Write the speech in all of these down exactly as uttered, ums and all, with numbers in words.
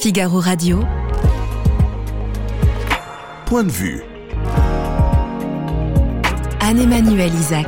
Figaro Radio. Point de vue. Anne-Emmanuelle Isaac.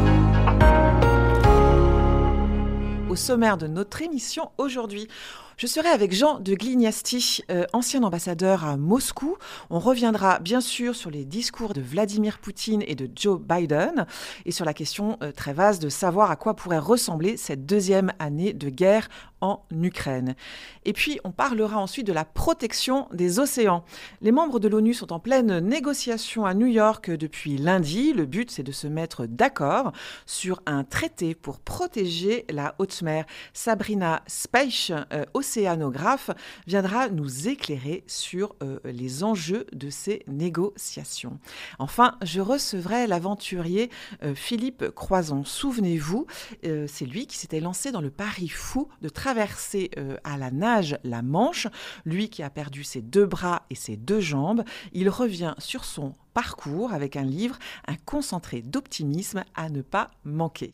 Au sommaire de notre émission aujourd'hui, je serai avec Jean de Glignasti, euh, ancien ambassadeur à Moscou. On reviendra bien sûr sur les discours de Vladimir Poutine et de Joe Biden et sur la question euh, très vaste de savoir à quoi pourrait ressembler cette deuxième année de guerre en Ukraine. Et puis, on parlera ensuite de la protection des océans. Les membres de l'ONU sont en pleine négociation à New York depuis lundi. Le but, c'est de se mettre d'accord sur un traité pour protéger la haute mer. Sabrina Speich, euh, océanographe, viendra nous éclairer sur euh, les enjeux de ces négociations. Enfin, je recevrai l'aventurier euh, Philippe Croizon. Souvenez-vous, euh, c'est lui qui s'était lancé dans le pari fou de traverser euh, à la nage la Manche. Lui qui a perdu ses deux bras et ses deux jambes, il revient sur son parcours avec un livre, un concentré d'optimisme à ne pas manquer.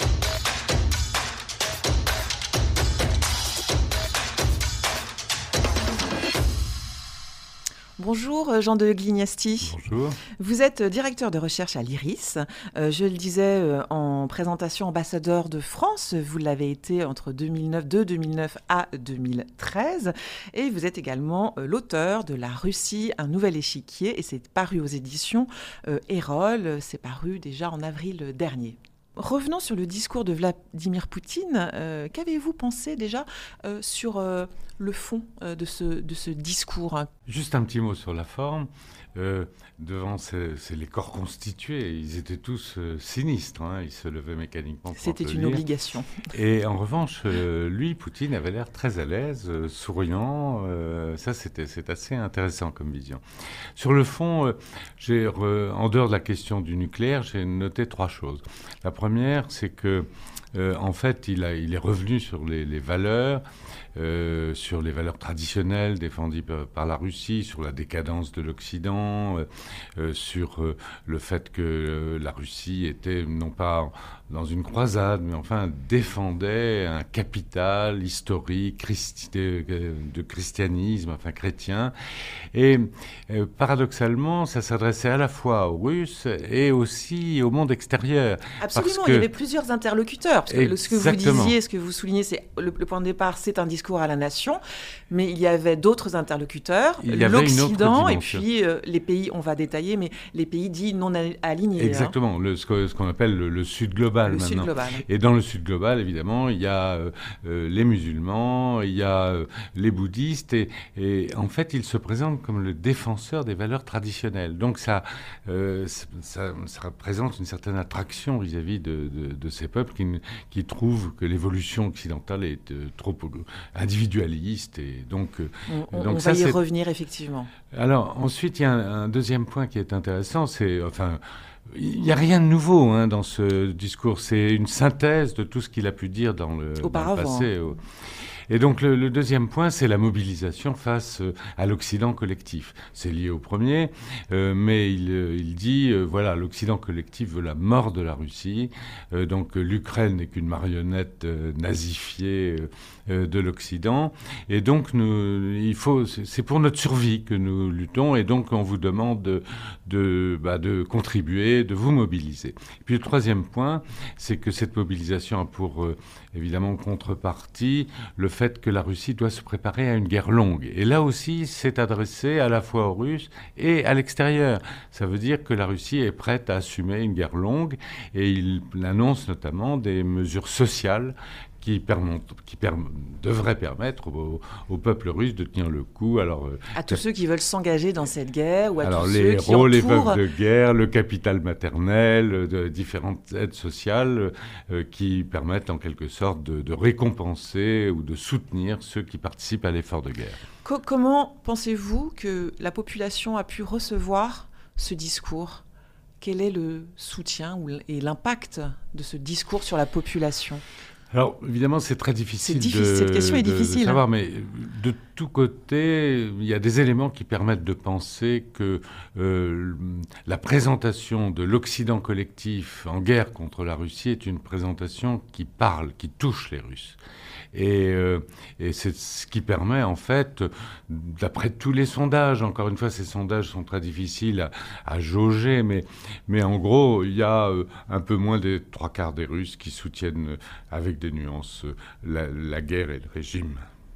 Bonjour Jean de Glignasti. Bonjour. Vous êtes directeur de recherche à l'IRIS. Euh, je le disais euh, en présentation, ambassadeur de France. Vous l'avez été entre deux mille neuf, de deux mille neuf à deux mille treize. Et vous êtes également euh, l'auteur de La Russie, un nouvel échiquier. Et c'est paru aux éditions euh, Erol. C'est paru déjà en avril dernier. Revenons sur le discours de Vladimir Poutine. Euh, qu'avez-vous pensé déjà euh, sur euh, le fond euh, de, ce, de ce discours ? Juste un petit mot sur la forme. Euh, devant ces, ces, les corps constitués, ils étaient tous euh, sinistres. Hein, ils se levaient mécaniquement pour C'était applaudir. Une obligation. Et en revanche, euh, lui, Poutine, avait l'air très à l'aise, euh, souriant. Euh, ça, c'était, c'est assez intéressant comme vision. Sur le fond, euh, j'ai re, en dehors de la question du nucléaire, j'ai noté trois choses. La première, c'est que, euh, en fait, il, a, il est revenu sur les, les valeurs, euh, sur les valeurs traditionnelles défendues par, par la Russie, sur la décadence de l'Occident, euh, euh, sur euh, le fait que euh, la Russie était non pas dans une croisade, mais enfin défendait un capital historique christi- de, de christianisme, enfin chrétien. Et euh, paradoxalement, ça s'adressait à la fois aux Russes et aussi au monde extérieur. Absolument, parce que... il y avait plusieurs interlocuteurs. Parce que le, ce que vous disiez, ce que vous soulignez, c'est le, le point de départ, c'est un discours à la nation, mais il y avait d'autres interlocuteurs, l'Occident et puis euh, les pays, on va détailler, mais les pays dits non alignés. Exactement, hein. le, ce, que, ce qu'on appelle le, le Sud global. Le maintenant. Sud global. Et dans le Sud global, évidemment, il y a euh, euh, les musulmans, il y a euh, les bouddhistes, et, et en fait, ils se présentent comme le défenseur des valeurs traditionnelles. Donc ça, euh, ça, ça représente une certaine attraction vis-à-vis de, de, de ces peuples qui, qui trouvent que l'évolution occidentale est euh, trop individualiste. Et donc, on donc on ça, va y c'est... revenir, effectivement. Alors, ensuite, il y a un, un deuxième point qui est intéressant, c'est... enfin. Il n'y a rien de nouveau hein, dans ce discours. C'est une synthèse de tout ce qu'il a pu dire dans le, dans le passé. Et donc le, le deuxième point, c'est la mobilisation face euh, à l'Occident collectif. C'est lié au premier, euh, mais il, il dit, euh, voilà, l'Occident collectif veut la mort de la Russie, euh, donc euh, l'Ukraine n'est qu'une marionnette euh, nazifiée euh, de l'Occident, et donc nous, il faut, c'est, c'est pour notre survie que nous luttons, et donc on vous demande de, de, bah, de contribuer, de vous mobiliser. Et puis le troisième point, c'est que cette mobilisation a pour, euh, évidemment, contrepartie le fait que la Russie doit se préparer à une guerre longue. Et là aussi, c'est adressé à la fois aux Russes et à l'extérieur. Ça veut dire que la Russie est prête à assumer une guerre longue, et il annonce notamment des mesures sociales qui, permettent, qui perm- devraient permettre au, au peuple russe de tenir le coup. Alors, euh, à tous ceux qui veulent s'engager dans cette guerre, ou à alors tous les ceux héros, qui entourent... les veuves de guerre, le capital maternel, de différentes aides sociales euh, qui permettent en quelque sorte de, de récompenser ou de soutenir ceux qui participent à l'effort de guerre. Co- comment pensez-vous que la population a pu recevoir ce discours ? Quel est le soutien ou l- et l'impact de ce discours sur la population ? Alors, évidemment, c'est très difficile, c'est difficile de, cette question est de, difficile. de savoir, mais de tous côtés, il y a des éléments qui permettent de penser que euh, la présentation de l'Occident collectif en guerre contre la Russie est une présentation qui parle, qui touche les Russes. Et, euh, et c'est ce qui permet, en fait, d'après tous les sondages, encore une fois, ces sondages sont très difficiles à, à jauger, mais, mais en gros, il y a euh, un peu moins des trois quarts des Russes qui soutiennent, euh, avec des nuances, euh, la, la guerre et le régime.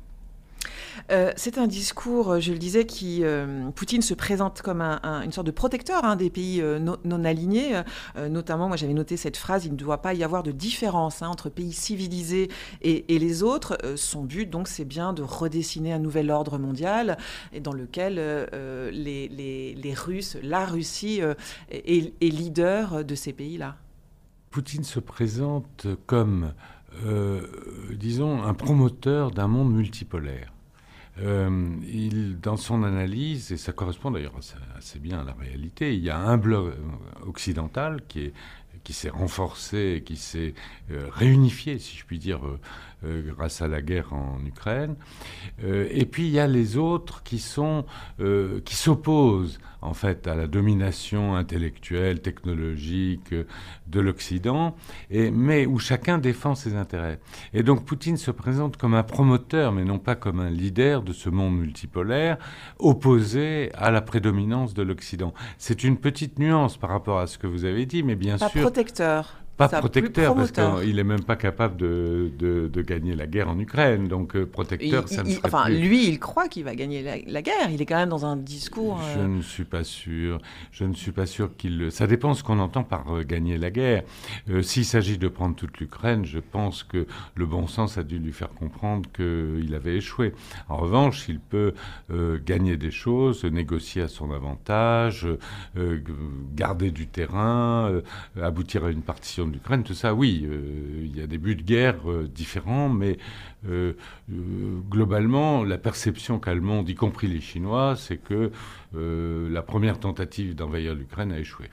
Euh, c'est un discours, je le disais, qui euh, Poutine se présente comme un, un, une sorte de protecteur hein, des pays euh, non, non alignés. Euh, notamment, moi j'avais noté cette phrase, il ne doit pas y avoir de différence hein, entre pays civilisés et, et les autres. Euh, son but, donc, c'est bien de redessiner un nouvel ordre mondial et dans lequel euh, les, les, les Russes, la Russie euh, est, est leader de ces pays-là. Poutine se présente comme, euh, disons, un promoteur d'un monde multipolaire. Euh, il, dans son analyse, et ça correspond d'ailleurs assez, assez bien à la réalité, il y a un bloc occidental qui, est, qui s'est renforcé, qui s'est euh, réunifié, si je puis dire, euh, euh, grâce à la guerre en Ukraine. Euh, et puis il y a les autres qui, sont, euh, qui s'opposent en fait à la domination intellectuelle, technologique de l'Occident, et, mais où chacun défend ses intérêts. Et donc Poutine se présente comme un promoteur, mais non pas comme un leader de ce monde multipolaire, opposé à la prédominance de l'Occident. C'est une petite nuance par rapport à ce que vous avez dit, mais bien pas sûr... Pas protecteur. Pas protecteur, parce qu'il n'est même pas capable de, de, de gagner la guerre en Ukraine. Donc, euh, protecteur, il, ça ne il, serait enfin, plus... lui, il croit qu'il va gagner la, la guerre. Il est quand même dans un discours... Euh... Je ne suis pas sûr. Je ne suis pas sûr qu'il... Ça dépend ce qu'on entend par euh, gagner la guerre. Euh, s'il s'agit de prendre toute l'Ukraine, je pense que le bon sens a dû lui faire comprendre qu'il avait échoué. En revanche, il peut euh, gagner des choses, négocier à son avantage, euh, garder du terrain, euh, aboutir à une partition d'Ukraine, tout ça, oui, euh, il y a des buts de guerre euh, différents, mais euh, euh, globalement, la perception qu'a le monde, y compris les Chinois, c'est que euh, la première tentative d'envahir l'Ukraine a échoué.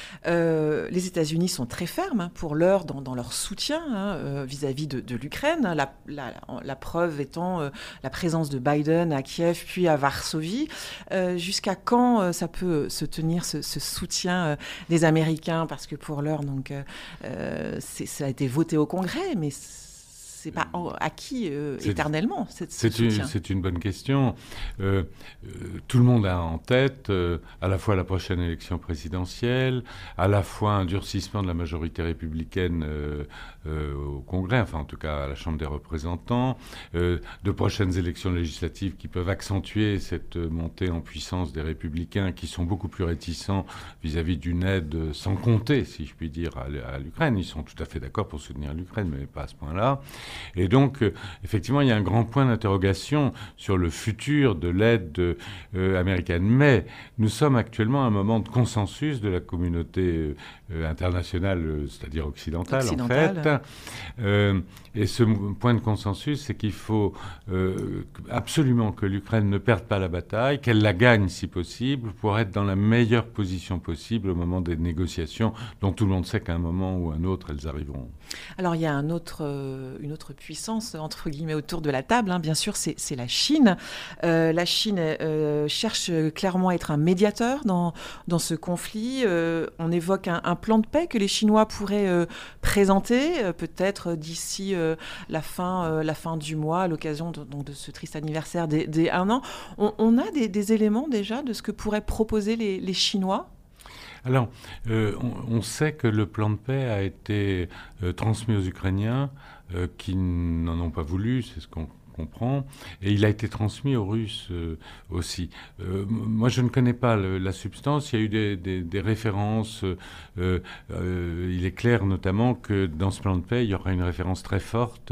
Euh, les États-Unis sont très fermes hein, pour l'heure dans, dans leur soutien hein, euh, vis-à-vis de, de l'Ukraine. La, la, la preuve étant euh, la présence de Biden à Kiev puis à Varsovie. Euh, jusqu'à quand euh, ça peut se tenir ce, ce soutien euh, des Américains? Parce que pour l'heure, donc, euh, c'est, ça a été voté au Congrès, mais c'est pas acquis euh, éternellement, cette, ce c'est, une, c'est une bonne question. Euh, euh, tout le monde a en tête euh, à la fois la prochaine élection présidentielle, à la fois un durcissement de la majorité républicaine euh, euh, au Congrès, enfin en tout cas à la Chambre des représentants, euh, de prochaines élections législatives qui peuvent accentuer cette montée en puissance des républicains qui sont beaucoup plus réticents vis-à-vis d'une aide sans compter, si je puis dire, à, à l'Ukraine. Ils sont tout à fait d'accord pour soutenir l'Ukraine, mais pas à ce point-là. Et donc, euh, effectivement, il y a un grand point d'interrogation sur le futur de l'aide euh, américaine. Mais nous sommes actuellement à un moment de consensus de la communauté euh, internationale, euh, c'est-à-dire occidentale, occidentale, en fait. Euh, et ce point de consensus, c'est qu'il faut euh, absolument que l'Ukraine ne perde pas la bataille, qu'elle la gagne si possible, pour être dans la meilleure position possible au moment des négociations, dont tout le monde sait qu'à un moment ou un autre, elles arriveront. Alors, il y a un autre, euh, une autre puissance, entre guillemets, autour de la table, hein, bien sûr, c'est, c'est la Chine. Euh, la Chine euh, cherche clairement à être un médiateur dans, dans ce conflit. Euh, on évoque un, un plan de paix que les Chinois pourraient euh, présenter, euh, peut-être d'ici euh, la, fin, euh, la fin du mois, à l'occasion de, donc, de ce triste anniversaire des, des un an. On, on a des, des éléments déjà de ce que pourraient proposer les, les Chinois ? Alors, euh, on, on sait que le plan de paix a été euh, transmis aux Ukrainiens euh, qui n'en ont pas voulu, c'est ce qu'on comprend, et il a été transmis aux Russes euh, aussi. Euh, moi, je ne connais pas le, la substance, il y a eu des, des, des références, euh, euh, il est clair notamment que dans ce plan de paix, il y aura une référence très forte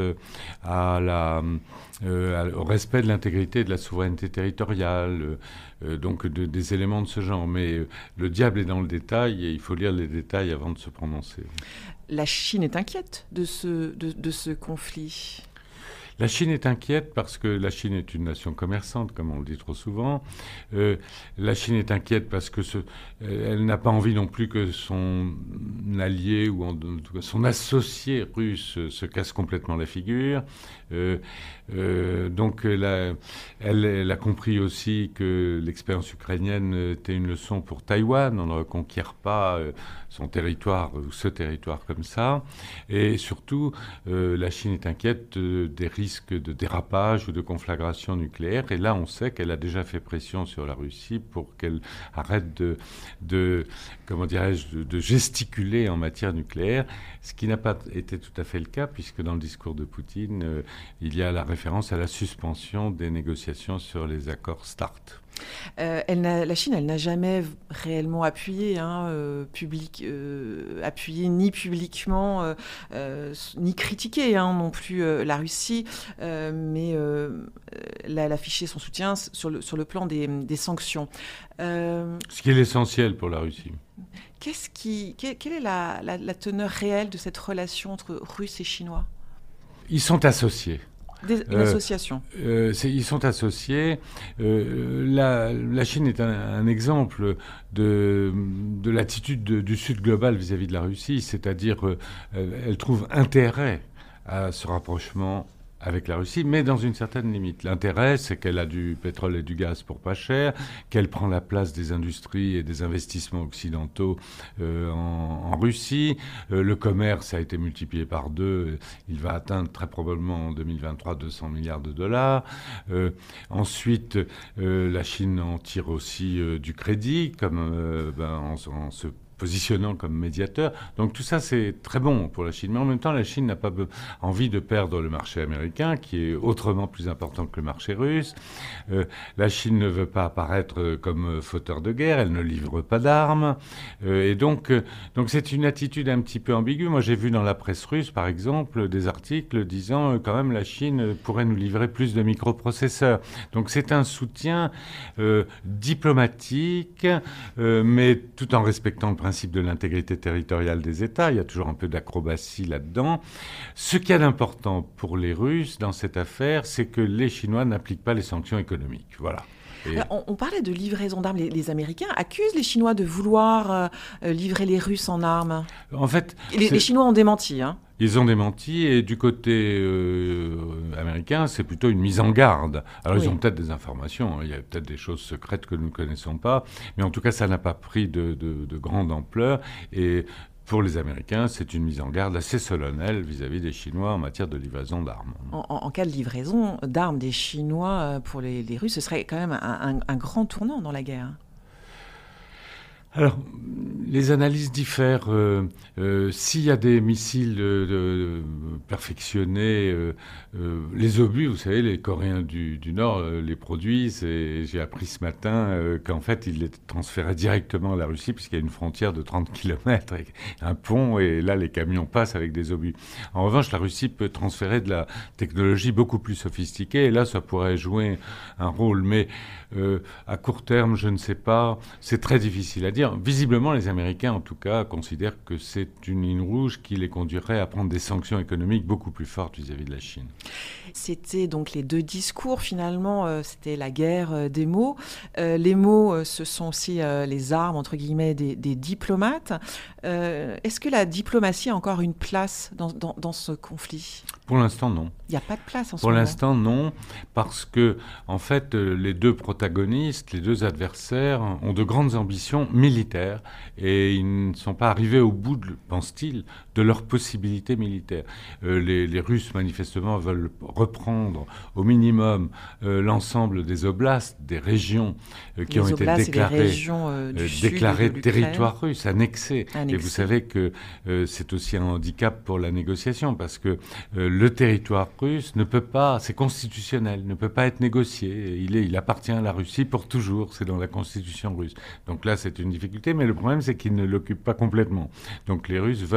à la, euh, au respect de l'intégrité et de la souveraineté territoriale, euh, donc de, des éléments de ce genre. Mais euh, le diable est dans le détail et il faut lire les détails avant de se prononcer. La Chine est inquiète de ce, de, de ce conflit. La Chine est inquiète parce que la Chine est une nation commerçante, comme on le dit trop souvent. Euh, la Chine est inquiète parce que ce, elle n'a pas envie non plus que son allié ou en, en tout cas son associé russe se casse complètement la figure. Euh, euh, donc la, elle, elle a compris aussi que l'expérience ukrainienne était une leçon pour Taïwan. On ne reconquiert pas euh, son territoire ou ce territoire comme ça. Et surtout, euh, la Chine est inquiète de, des risques de dérapage ou de conflagration nucléaire. Et là, on sait qu'elle a déjà fait pression sur la Russie pour qu'elle arrête de, de comment dirais-je, de, de gesticuler en matière nucléaire, ce qui n'a pas été tout à fait le cas, puisque dans le discours de Poutine, euh, il y a la référence à la suspension des négociations sur les accords START. Euh, elle n'a, la Chine, elle n'a jamais réellement appuyé, hein, euh, public, euh, appuyé ni publiquement, euh, euh, ni critiqué hein, non plus euh, la Russie, euh, mais euh, elle a affiché son soutien sur le, sur le plan des, des sanctions. Euh, Ce qui est l'essentiel pour la Russie. Qu'est-ce qui, quelle, quelle est la, la, la teneur réelle de cette relation entre Russes et Chinois ? Ils sont associés. Des, une euh, association. Euh, c'est, ils sont associés. Euh, la, la Chine est un, un exemple de, de l'attitude de, du Sud global vis-à-vis de la Russie, c'est-à-dire euh, elle trouve intérêt à ce rapprochement avec la Russie, mais dans une certaine limite. L'intérêt, c'est qu'elle a du pétrole et du gaz pour pas cher, qu'elle prend la place des industries et des investissements occidentaux euh, en, en Russie. Euh, le commerce a été multiplié par deux. Il va atteindre très probablement en deux mille vingt-trois deux cents milliards de dollars. Euh, ensuite, euh, la Chine en tire aussi euh, du crédit, comme euh, ben, en, en se positionnant comme médiateur. Donc tout ça, c'est très bon pour la Chine. Mais en même temps, la Chine n'a pas be- envie de perdre le marché américain, qui est autrement plus important que le marché russe. Euh, la Chine ne veut pas apparaître comme fauteur de guerre, elle ne livre pas d'armes. Euh, et donc, euh, donc c'est une attitude un petit peu ambiguë. Moi, j'ai vu dans la presse russe, par exemple, des articles disant euh, quand même la Chine pourrait nous livrer plus de microprocesseurs. Donc c'est un soutien euh, diplomatique, euh, mais tout en respectant le principe de l'intégrité territoriale des États. Il y a toujours un peu d'acrobatie là-dedans. Ce qu'il y a d'important pour les Russes dans cette affaire, c'est que les Chinois n'appliquent pas les sanctions économiques. Voilà. Et... On, on parlait de livraison d'armes. Les, les Américains accusent les Chinois de vouloir euh, livrer les Russes en armes. En fait, les, les Chinois ont démenti, hein. Ils ont démenti, et du côté euh, américain, c'est plutôt une mise en garde. Alors, oui. Ils ont peut-être des informations, hein. Il y a peut-être des choses secrètes que nous ne connaissons pas, mais en tout cas, ça n'a pas pris de, de, de grande ampleur, et pour les Américains, c'est une mise en garde assez solennelle vis-à-vis des Chinois en matière de livraison d'armes. En, en, en cas de livraison d'armes des Chinois pour les, les Russes, ce serait quand même un, un, un grand tournant dans la guerre. Alors, les analyses diffèrent. Euh, euh, s'il y a des missiles euh, euh, perfectionnés, euh, euh, les obus, vous savez, les Coréens du, du Nord euh, les produisent. Et j'ai appris ce matin euh, qu'en fait, ils les transféraient directement à la Russie, puisqu'il y a une frontière de trente kilomètres, avec un pont, et là, les camions passent avec des obus. En revanche, la Russie peut transférer de la technologie beaucoup plus sophistiquée, et là, ça pourrait jouer un rôle. Mais euh, à court terme, je ne sais pas. C'est très difficile à dire. Visiblement, les Américains, en tout cas, considèrent que c'est une ligne rouge qui les conduirait à prendre des sanctions économiques beaucoup plus fortes vis-à-vis de la Chine. C'était donc les deux discours, finalement, euh, c'était la guerre euh, des mots. Euh, les mots, euh, ce sont aussi euh, les armes, entre guillemets, des, des diplomates. Euh, est-ce que la diplomatie a encore une place dans, dans, dans ce conflit ? Pour l'instant, non. Il n'y a pas de place en ce Pour moment. Pour l'instant, non, parce que, en fait, les deux protagonistes, les deux adversaires, ont de grandes ambitions militaires, et ils ne sont pas arrivés au bout, de, pense-t-il, de leurs possibilités militaires. Euh, les, les Russes, manifestement, veulent reprendre au minimum euh, l'ensemble des oblasts, des régions euh, qui les ont été déclarées, régions, euh, du euh, sud déclarées de territoire russe, annexées. Annexé. Et vous savez que euh, c'est aussi un handicap pour la négociation, parce que euh, le territoire russe ne peut pas, c'est constitutionnel, ne peut pas être négocié. Il, est, il appartient à la Russie pour toujours, c'est dans la constitution russe. Donc là, c'est une difficulté, mais le problème, c'est qu'ils ne l'occupent pas complètement. Donc les Russes veulent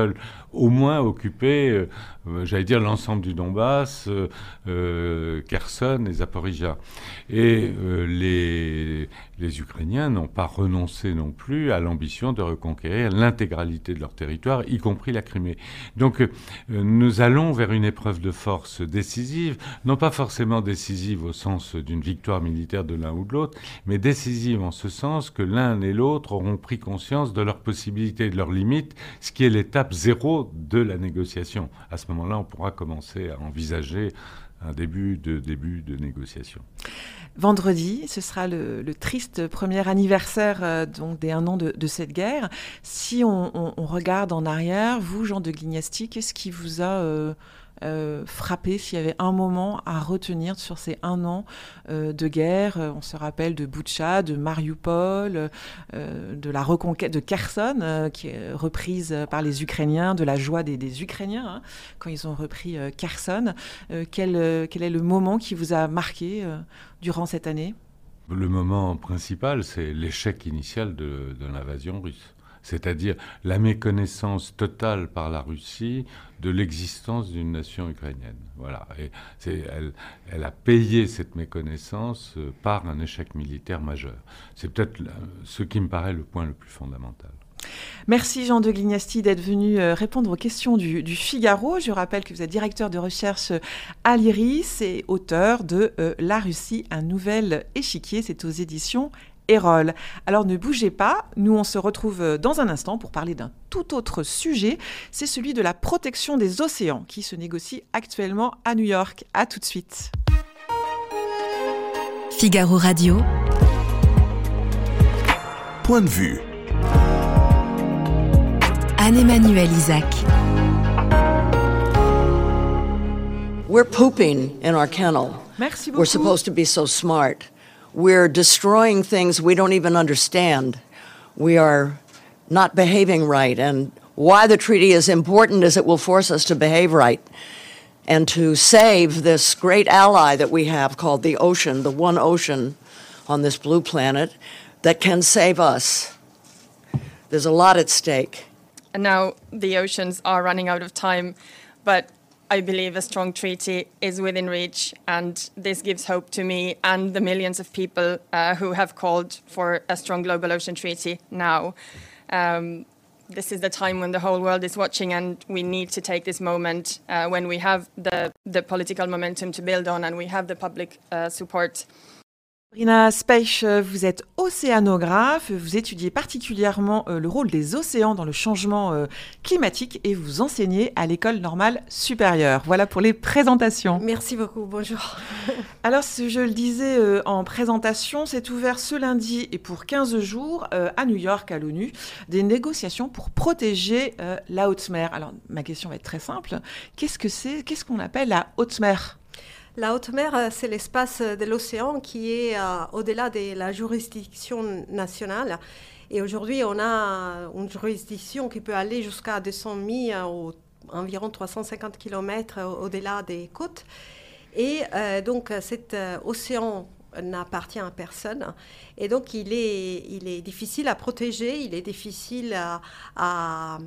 au moins occuper, euh, j'allais dire, l'ensemble du Donbass, euh, euh, Kherson et Zaporizhia. Et euh, les, les Ukrainiens n'ont pas renoncé non plus à l'ambition de reconquérir l'intégralité de leur territoire, y compris la Crimée. Donc euh, nous allons vers une épreuve de force décisive, non pas forcément décisive au sens d'une victoire militaire de l'un ou de l'autre, mais décisive en ce sens que l'un et l'autre auront pris conscience de leurs possibilités et de leurs limites, ce qui est l'étape zéro de la négociation. À ce moment-là, on pourra commencer à envisager un début de, début de négociation. Vendredi, ce sera le, le triste premier anniversaire euh, donc des un an de, de cette guerre. Si on, on, on regarde en arrière, vous, Jean de Glignasty, qu'est-ce qui vous a euh, euh, frappé, s'il y avait un moment à retenir sur ces un an euh, de guerre? On se rappelle de Boutcha, de Mariupol, euh, de la reconquête de Kherson, euh, qui est reprise par les Ukrainiens, de la joie des, des Ukrainiens hein, quand ils ont repris euh, Kherson. Euh, quel, euh, quel est le moment qui vous a marqué euh, durant cette année? Le moment principal, c'est l'échec initial de, de l'invasion russe. C'est-à-dire la méconnaissance totale par la Russie de l'existence d'une nation ukrainienne. Voilà. Et c'est, elle, elle a payé cette méconnaissance par un échec militaire majeur. C'est peut-être ce qui me paraît le point le plus fondamental. Merci Jean de Glignasty d'être venu répondre aux questions du, du Figaro. Je rappelle que vous êtes directeur de recherche à l'I R I S et auteur de euh, La Russie, un nouvel échiquier. C'est aux éditions Erol. Alors ne bougez pas, nous on se retrouve dans un instant pour parler d'un tout autre sujet. C'est celui de la protection des océans qui se négocie actuellement à New York. À tout de suite. Figaro Radio. Point de vue. Anne-Emmanuel Isaac. We're pooping in our kennel. Merci beaucoup. We're supposed to be so smart. We're destroying things we don't even understand. We are not behaving right. And why the treaty is important is it will force us to behave right and to save this great ally that we have called the ocean, the one ocean on this blue planet that can save us. There's a lot at stake. And now the oceans are running out of time, but I believe a strong treaty is within reach, and this gives hope to me and the millions of people uh, who have called for a strong global ocean treaty now. Um, this is the time when the whole world is watching, and we need to take this moment uh, when we have the, the political momentum to build on and we have the public uh, support. Sabrina Speich, vous êtes océanographe, vous étudiez particulièrement euh, le rôle des océans dans le changement euh, climatique et vous enseignez à l'École normale supérieure. Voilà pour les présentations. Merci beaucoup, bonjour. Alors, je le disais euh, en présentation, c'est ouvert ce lundi et pour quinze jours euh, à New York, à l'ONU, des négociations pour protéger euh, la haute mer. Alors, ma question va être très simple. Qu'est-ce que c'est, qu'est-ce qu'on appelle la haute mer ? La haute mer, c'est l'espace de l'océan qui est euh, au-delà de la juridiction nationale. Et aujourd'hui, on a une juridiction qui peut aller jusqu'à deux cents milles ou environ trois cent cinquante kilomètres au-delà des côtes. Et euh, donc, cet euh, océan n'appartient à personne. Et donc, il est, il est difficile à protéger, il est difficile à... à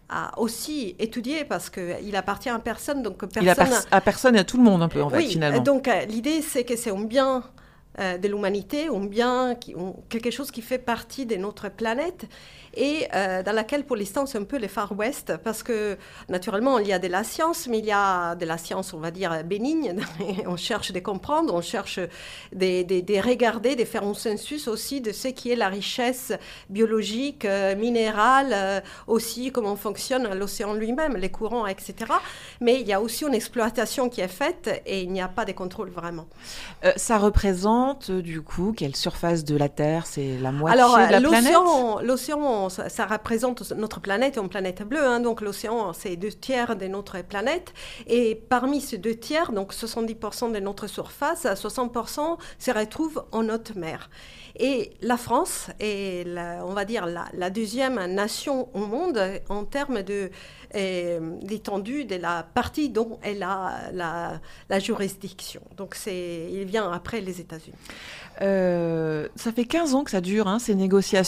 à aussi étudier parce qu'il appartient à personne. Donc personne il appartient à personne et à tout le monde un peu en fait oui, finalement. Donc euh, l'idée c'est que c'est un bien euh, de l'humanité, un bien, qui, un, quelque chose qui fait partie de notre planète et euh, dans laquelle pour l'instant c'est un peu le Far West parce que naturellement il y a de la science mais il y a de la science on va dire bénigne, on cherche de comprendre, on cherche de, de, de regarder, de faire un census aussi de ce qui est la richesse biologique, euh, minérale, euh, aussi comment fonctionne l'océan lui-même, les courants, et cetera. Mais il y a aussi une exploitation qui est faite et il n'y a pas de contrôle vraiment. Euh, ça représente du coup quelle surface de la Terre? C'est la moitié Alors, de la l'océan, planète l'océan, ça, ça représente notre planète, une planète bleue. Hein, donc l'océan, c'est deux tiers de notre planète. Et parmi ces deux tiers, donc soixante-dix pour cent de notre surface, soixante pour cent se retrouvent en haute mer. Et la France est, la, on va dire, la, la deuxième nation au monde en termes de, euh, d'étendue de la partie dont elle a la, la juridiction. Donc, c'est, il vient après les États-Unis. Euh, ça fait quinze ans que ça dure, hein, ces négociations.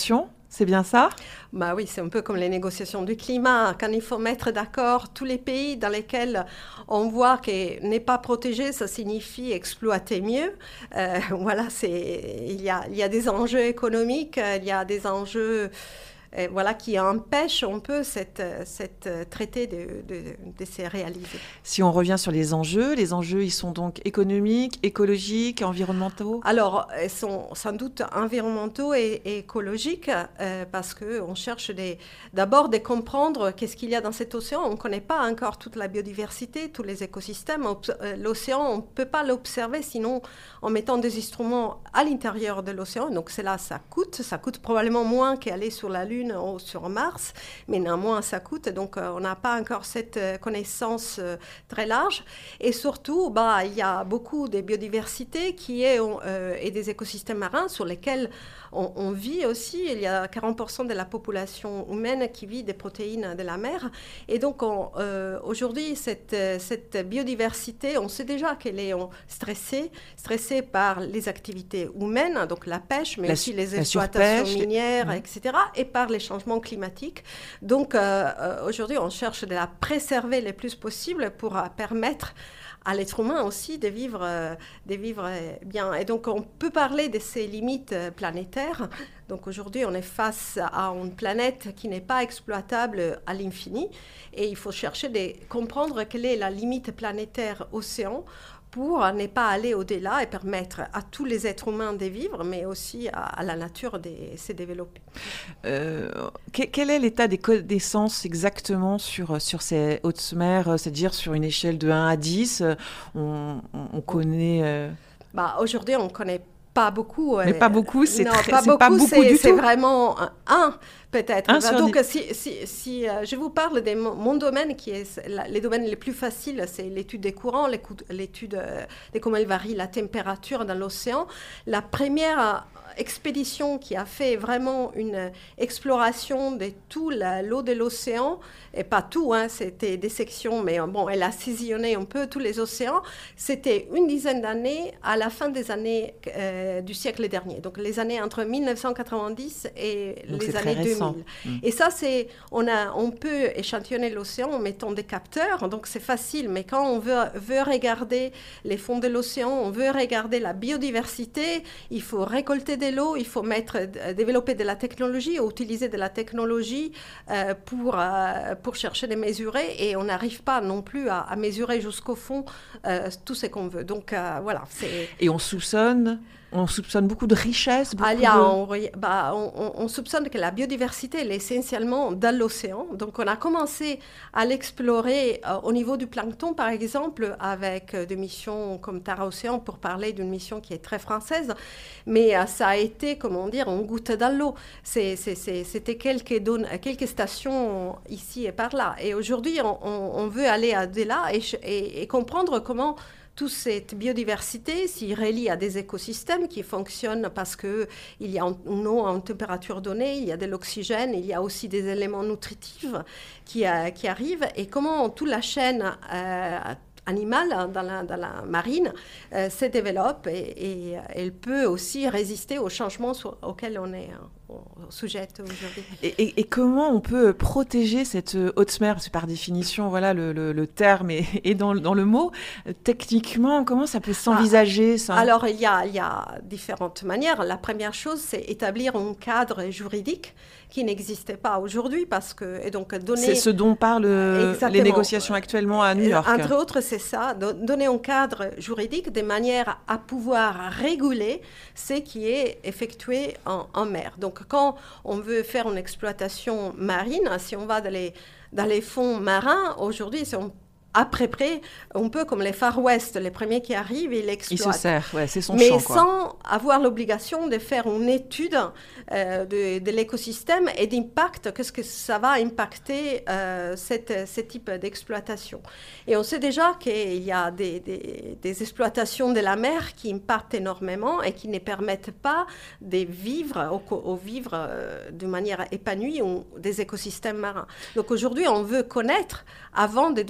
C'est bien ça ? Bah oui, c'est un peu comme les négociations du climat. Quand il faut mettre d'accord tous les pays dans lesquels on voit que n'est pas protégé, ça signifie exploiter mieux. Euh, voilà, c'est, il y a, il y a des enjeux économiques, il y a des enjeux... Et voilà, qui empêche un peu cette, cette traité de, de, de se réaliser. Si on revient sur les enjeux, les enjeux, ils sont donc économiques, écologiques, environnementaux ? Alors, ils sont sans doute environnementaux et, et écologiques, euh, parce qu'on cherche des, d'abord de comprendre qu'est-ce qu'il y a dans cet océan. On ne connaît pas encore toute la biodiversité, tous les écosystèmes. L'océan, on ne peut pas l'observer sinon en mettant des instruments à l'intérieur de l'océan. Donc, c'est là, ça coûte. Ça coûte probablement moins qu'aller sur la Lune ou sur Mars, mais néanmoins ça coûte, donc euh, on n'a pas encore cette euh, connaissance euh, très large. Et surtout, bah, il y a beaucoup de biodiversité qui est, euh, et des écosystèmes marins sur lesquels on, on vit aussi. Il y a quarante pour cent de la population humaine qui vit des protéines de la mer. Et donc on, euh, aujourd'hui, cette, cette biodiversité, on sait déjà qu'elle est on, stressée, stressée par les activités humaines, donc la pêche, mais la, aussi les exploitations surpêche, minières, les... et cetera, et par les changements climatiques. Donc euh, aujourd'hui, on cherche de la préserver le plus possible pour euh, permettre à l'être humain aussi de vivre, euh, de vivre euh, bien. Et donc, on peut parler de ces limites euh, planétaires. Donc, aujourd'hui, on est face à une planète qui n'est pas exploitable à l'infini. Et il faut chercher de comprendre quelle est la limite planétaire océan pour ne pas aller au-delà et permettre à tous les êtres humains de vivre, mais aussi à, à la nature de se développer. Euh, quel est l'état des connaissances exactement sur, sur ces hautes mers, c'est-à-dire sur une échelle de un à dix, on, on connaît... Euh... Bah, aujourd'hui, on ne connaît pas beaucoup. Mais euh, pas beaucoup, c'est, non, très, pas c'est beaucoup, pas beaucoup c'est, du c'est tout. C'est vraiment un, un peut-être. Un bah, sur donc, dix. si, si, si euh, je vous parle de mon, mon domaine, qui est la, les domaines les plus faciles, c'est l'étude des courants, l'étude euh, de comment il varie la température dans l'océan. La première expédition qui a fait vraiment une exploration de tout la, l'eau de l'océan, et pas tout, hein, c'était des sections, mais bon, elle a sillonné un peu tous les océans. C'était une dizaine d'années à la fin des années euh, du siècle dernier, donc les années entre mille neuf cent quatre-vingt-dix et donc les années deux mille. Mmh. Et ça, c'est, on, a, on peut échantillonner l'océan en mettant des capteurs, donc c'est facile, mais quand on veut, veut regarder les fonds de l'océan, on veut regarder la biodiversité, il faut récolter de l'eau, il faut mettre, euh, développer de la technologie ou utiliser de la technologie euh, pour, euh, pour chercher de mesurer, et on n'arrive pas non plus à, à mesurer jusqu'au fond euh, tout ce qu'on veut. Donc euh, voilà. C'est... Et on soupçonne On soupçonne beaucoup de richesse. Beaucoup ah, y a, de... on, bah, on, on soupçonne que la biodiversité elle est essentiellement dans l'océan. Donc, on a commencé à l'explorer euh, au niveau du plancton, par exemple, avec euh, des missions comme Tara Océan, pour parler d'une mission qui est très française. Mais euh, ça a été, comment dire, une goutte dans l'eau. C'est, c'est, c'est, c'était quelques, don- quelques stations ici et par là. Et aujourd'hui, on, on, on veut aller au-delà et, et, et comprendre comment toute cette biodiversité s'y relie à des écosystèmes qui fonctionnent parce qu'il y a une eau à une température donnée, il y a de l'oxygène, il y a aussi des éléments nutritifs qui, euh, qui arrivent, et comment toute la chaîne euh, animale dans la, dans la marine euh, se développe et, et elle peut aussi résister aux changements sur, auxquels on est euh, sujette aujourd'hui. Et, et, et comment on peut protéger cette haute mer? Parce que par définition, voilà, le, le, le terme est, est dans, dans le mot. Techniquement, comment ça peut s'envisager, ça? Alors, il y a, il y a différentes manières. La première chose, c'est établir un cadre juridique qui n'existait pas aujourd'hui, parce que, et donc donner... C'est ce dont parlent Exactement. les négociations actuellement à New York. Entre autres, c'est ça, donner un cadre juridique de manière à pouvoir réguler ce qui est effectué en, en mer. Donc, quand on veut faire une exploitation marine, si on va dans les, dans les fonds marins, aujourd'hui, si on après près, on peut, comme les Far West, les premiers qui arrivent, ils l'exploitent. Il se sert, ouais, c'est son Mais champ, quoi. sans avoir l'obligation de faire une étude euh, de, de l'écosystème et d'impact, qu'est-ce que ça va impacter euh, cette, ce type d'exploitation. Et on sait déjà qu'il y a des, des, des exploitations de la mer qui impactent énormément et qui ne permettent pas de vivre, au, au vivre euh, de manière épanouie ou des écosystèmes marins. Donc aujourd'hui, on veut connaître, avant de donner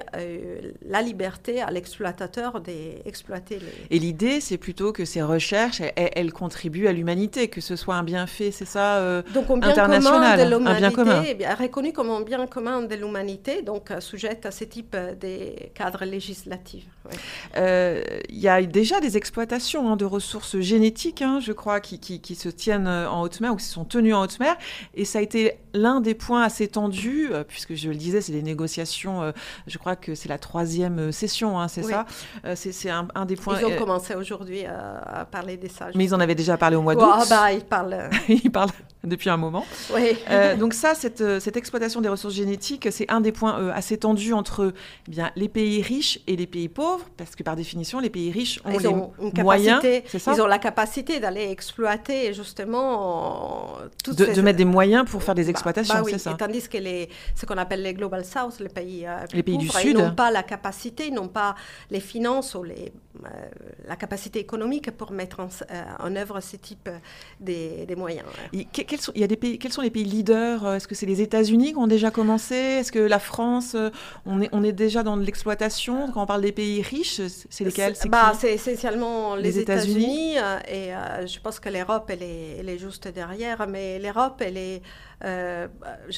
euh, la liberté à l'exploitateur d'exploiter les... Et l'idée, c'est plutôt que ces recherches, elles, elles contribuent à l'humanité, que ce soit un bienfait, c'est ça, euh, donc, un bien international, commun de l'humanité, un bien commun. Bien, reconnu comme un bien commun de l'humanité, donc euh, sujette à ce type de cadres législatifs. Il ouais. euh, y a déjà des exploitations hein, de ressources génétiques, hein, je crois, qui, qui, qui se tiennent en haute mer ou qui sont tenues en haute mer, et ça a été l'un des points assez tendus, euh, puisque je le disais, c'est les négociations, euh, je crois que c'est la troisième session, hein, c'est oui. ça euh, c'est, c'est un, un des points... Ils ont euh, commencé aujourd'hui à, à parler des sages. Mais ils en avaient déjà parlé au mois d'août. Ah oh, bah, ils parlent... ils parlent depuis un moment. Oui. Euh, donc ça, cette, cette exploitation des ressources génétiques, c'est un des points euh, assez tendus entre eh bien, les pays riches et les pays pauvres, parce que par définition, les pays riches ont ils les ont une moyens. C'est ça ils ont la capacité d'aller exploiter justement... Toutes de, ces... de mettre des moyens pour faire des exploitations, bah, bah oui. c'est ça. Et tandis que les, ce qu'on appelle les Global South, les pays, euh, les pays pauvres, du Sud, ils n'ont pas la capacité, ils n'ont pas les finances ou les, euh, la capacité économique pour mettre en, euh, en œuvre ce type des, des moyens. Et quels, sont, il y a des pays, quels sont les pays leaders? Est-ce que c'est les États-Unis qui ont déjà commencé? Est-ce que la France, on est, on est déjà dans de l'exploitation? Quand on parle des pays riches, c'est lesquels? C'est, bah, c'est essentiellement les, les États-Unis, États-Unis et euh, je pense que l'Europe, elle est, elle est juste derrière, mais l'Europe, elle est... Euh,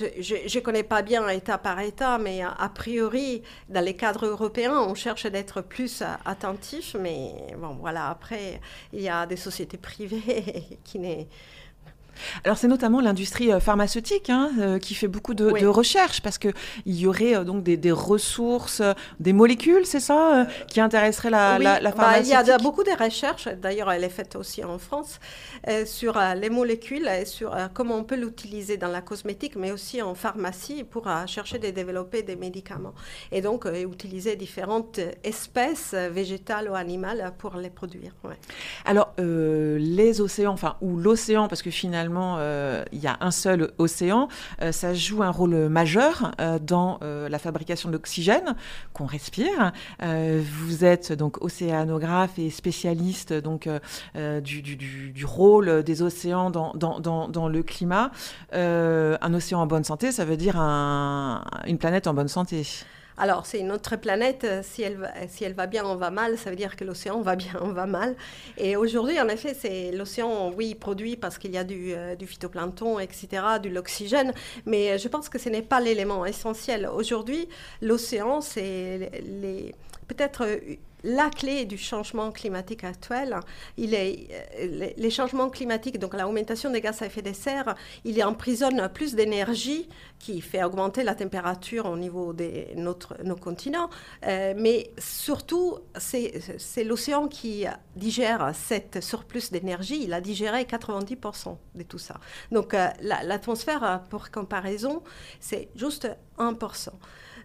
je ne connais pas bien État par État, mais a, a priori, dans les cadres européens, on cherche d'être plus attentif, mais bon, voilà, après, il y a des sociétés privées qui n'est... Alors, c'est notamment l'industrie pharmaceutique hein, euh, qui fait beaucoup de, oui. de recherches, parce qu'il y aurait euh, donc des, des ressources, euh, des molécules, c'est ça, euh, qui intéresseraient la, oui, la, la pharmaceutique. Bah, il y a de, beaucoup de recherches, d'ailleurs elle est faite aussi en France, euh, sur euh, les molécules et sur euh, comment on peut l'utiliser dans la cosmétique, mais aussi en pharmacie pour euh, chercher de développer des médicaments. Et donc, euh, utiliser différentes espèces euh, végétales ou animales pour les produire. Ouais. Alors, euh, les océans, enfin, ou l'océan, parce que finalement, Euh, il y a un seul océan, euh, ça joue un rôle majeur euh, dans euh, la fabrication de l'oxygène qu'on respire. Euh, vous êtes donc océanographe et spécialiste donc, euh, du, du, du rôle des océans dans, dans, dans, dans le climat. Euh, un océan en bonne santé, ça veut dire un, une planète en bonne santé. Alors, c'est une autre planète. Si elle, va, si elle va bien, on va mal. Ça veut dire que l'océan va bien, on va mal. Et aujourd'hui, en effet, c'est l'océan, oui, produit parce qu'il y a du, euh, du phytoplancton, et cetera, de l'oxygène. Mais je pense que ce n'est pas l'élément essentiel. Aujourd'hui, l'océan, c'est les, peut-être... La clé du changement climatique actuel, il est, les changements climatiques, donc l'augmentation des gaz à effet de serre, il emprisonne plus d'énergie qui fait augmenter la température au niveau de notre, nos continents. Euh, mais surtout, c'est, c'est l'océan qui digère cette surplus d'énergie. Il a digéré quatre-vingt-dix pour cent de tout ça. Donc euh, la, l'atmosphère, pour comparaison, c'est juste un pour cent.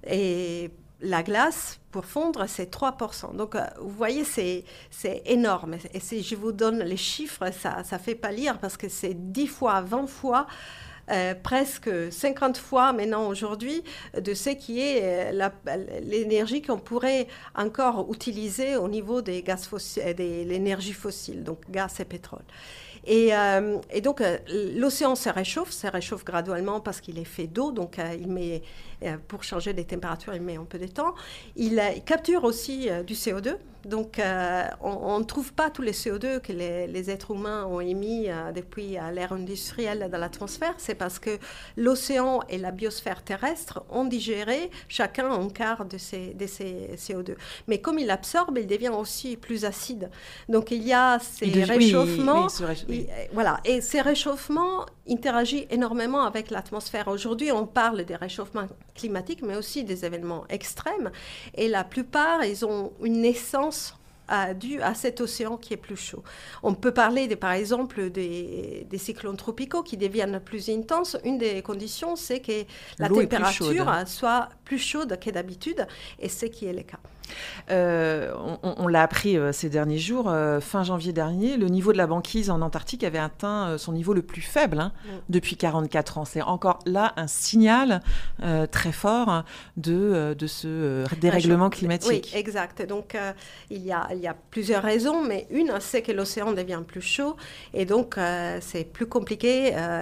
Et la glace, pour fondre, c'est trois pour cent. Donc, euh, vous voyez, c'est, c'est énorme. Et si je vous donne les chiffres, ça ne fait pas lire parce que c'est dix fois, vingt fois, euh, presque cinquante fois maintenant aujourd'hui de ce qui est euh, la, l'énergie qu'on pourrait encore utiliser au niveau des gaz fossiles, de l'énergie fossile, donc gaz et pétrole. Et, euh, et donc, euh, l'océan se réchauffe, se réchauffe graduellement parce qu'il est fait d'eau, donc euh, il met, euh, pour changer des températures, il met un peu de temps. Il, euh, il capture aussi euh, du C O deux, donc euh, on ne trouve pas tous les C O deux que les, les êtres humains ont émis euh, depuis euh, l'ère industrielle dans l'atmosphère. C'est parce que l'océan et la biosphère terrestre ont digéré chacun un quart de ces, de ces C O deux. Mais comme il absorbe, il devient aussi plus acide. Donc il y a ces il réchauffements... Oui, oui, récha- oui. Et, voilà. Et ces réchauffements interagissent énormément avec l'atmosphère. Aujourd'hui, on parle des réchauffements climatiques, mais aussi des événements extrêmes. Et la plupart, ils ont une naissance à, due à cet océan qui est plus chaud. On peut parler, de, par exemple, des, des cyclones tropicaux qui deviennent plus intenses. Une des conditions, c'est que la L'eau température plus soit plus chaude que d'habitude, et c'est qui est le cas. Euh, on, on l'a appris euh, ces derniers jours, euh, fin janvier dernier, le niveau de la banquise en Antarctique avait atteint euh, son niveau le plus faible hein, mmh. depuis quarante-quatre ans. C'est encore là un signal euh, très fort de, euh, de ce euh, dérèglement climatique. Oui, exact. Donc, euh, il, y a, il y a plusieurs raisons, mais une, c'est que l'océan devient plus chaud et donc euh, c'est plus compliqué euh,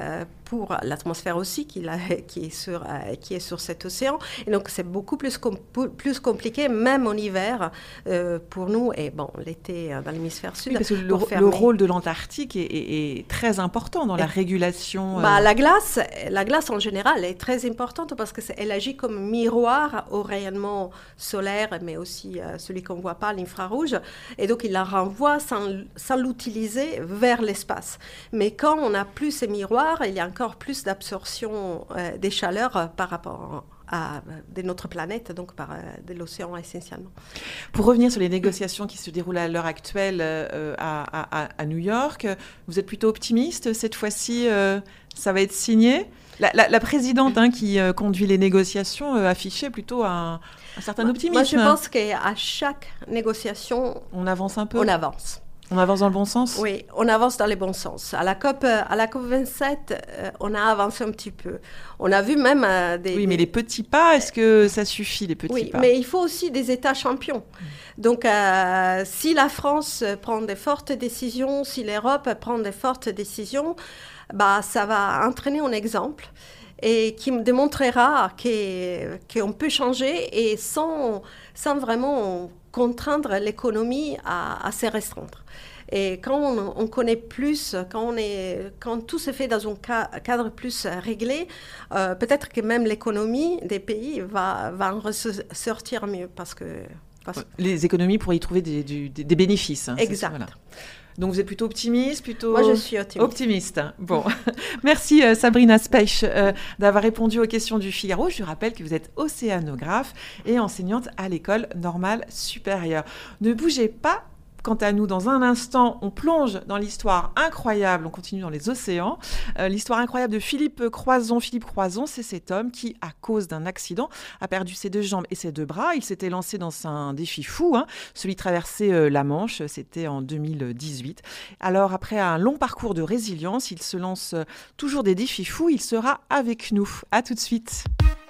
pour l'atmosphère aussi qui, la, qui, est sur, euh, qui est sur cet océan. Et donc, c'est beaucoup plus, com- plus compliqué, même en hiver, euh, pour nous, et bon, l'été euh, dans l'hémisphère sud. Oui, parce que le, le rôle de l'Antarctique est, est, est très important dans et, la régulation. Euh... Bah, la, glace, la glace, en général, est très importante parce qu'elle agit comme miroir au rayonnement solaire, mais aussi euh, celui qu'on ne voit pas, l'infrarouge. Et donc, il la renvoie sans, sans l'utiliser vers l'espace. Mais quand on n'a plus ces miroirs, il y a encore plus d'absorption euh, des chaleurs euh, par rapport à, de notre planète, donc par euh, de l'océan essentiellement. Pour revenir sur les négociations qui se déroulent à l'heure actuelle euh, à, à, à New York, vous êtes plutôt optimiste cette fois-ci, euh, ça va être signé? La, la, la présidente hein, qui euh, conduit les négociations euh, affichait plutôt un, un certain moi, optimisme. Moi, je pense qu'à chaque négociation, on avance un peu. On avance. On avance dans le bon sens? Oui, on avance dans le bon sens. À la COP, à la COP vingt-sept, euh, on a avancé un petit peu. On a vu même euh, des... Oui, mais les petits pas, est-ce que ça suffit, les petits oui, pas? Oui, mais il faut aussi des États champions. Donc, euh, si la France prend de fortes décisions, si l'Europe prend de fortes décisions, bah, ça va entraîner un exemple et qui me démontrera que, qu'on peut changer et sans, sans vraiment contraindre l'économie à, à se restreindre. Et quand on, on connaît plus, quand, on est, quand tout se fait dans un ca- cadre plus réglé, euh, peut-être que même l'économie des pays va, va en ressortir mieux. Parce que, parce... Les économies pourraient y trouver des, des, des bénéfices. Hein, exact. Voilà. Donc, vous êtes plutôt optimiste, plutôt... Moi, je suis optimiste. Optimiste. Bon. Merci, euh, Sabrina Speich, euh, d'avoir répondu aux questions du Figaro. Je rappelle que vous êtes océanographe et enseignante à l'École normale supérieure. Ne bougez pas. Quant à nous, dans un instant, on plonge dans l'histoire incroyable, on continue dans les océans. Euh, l'histoire incroyable de Philippe Croizon. Philippe Croizon, c'est cet homme qui, à cause d'un accident, a perdu ses deux jambes et ses deux bras. Il s'était lancé dans un défi fou, hein, celui de traverser euh, la Manche, c'était en deux mille dix-huit. Alors, après un long parcours de résilience, il se lance euh, toujours des défis fous. Il sera avec nous. À tout de suite.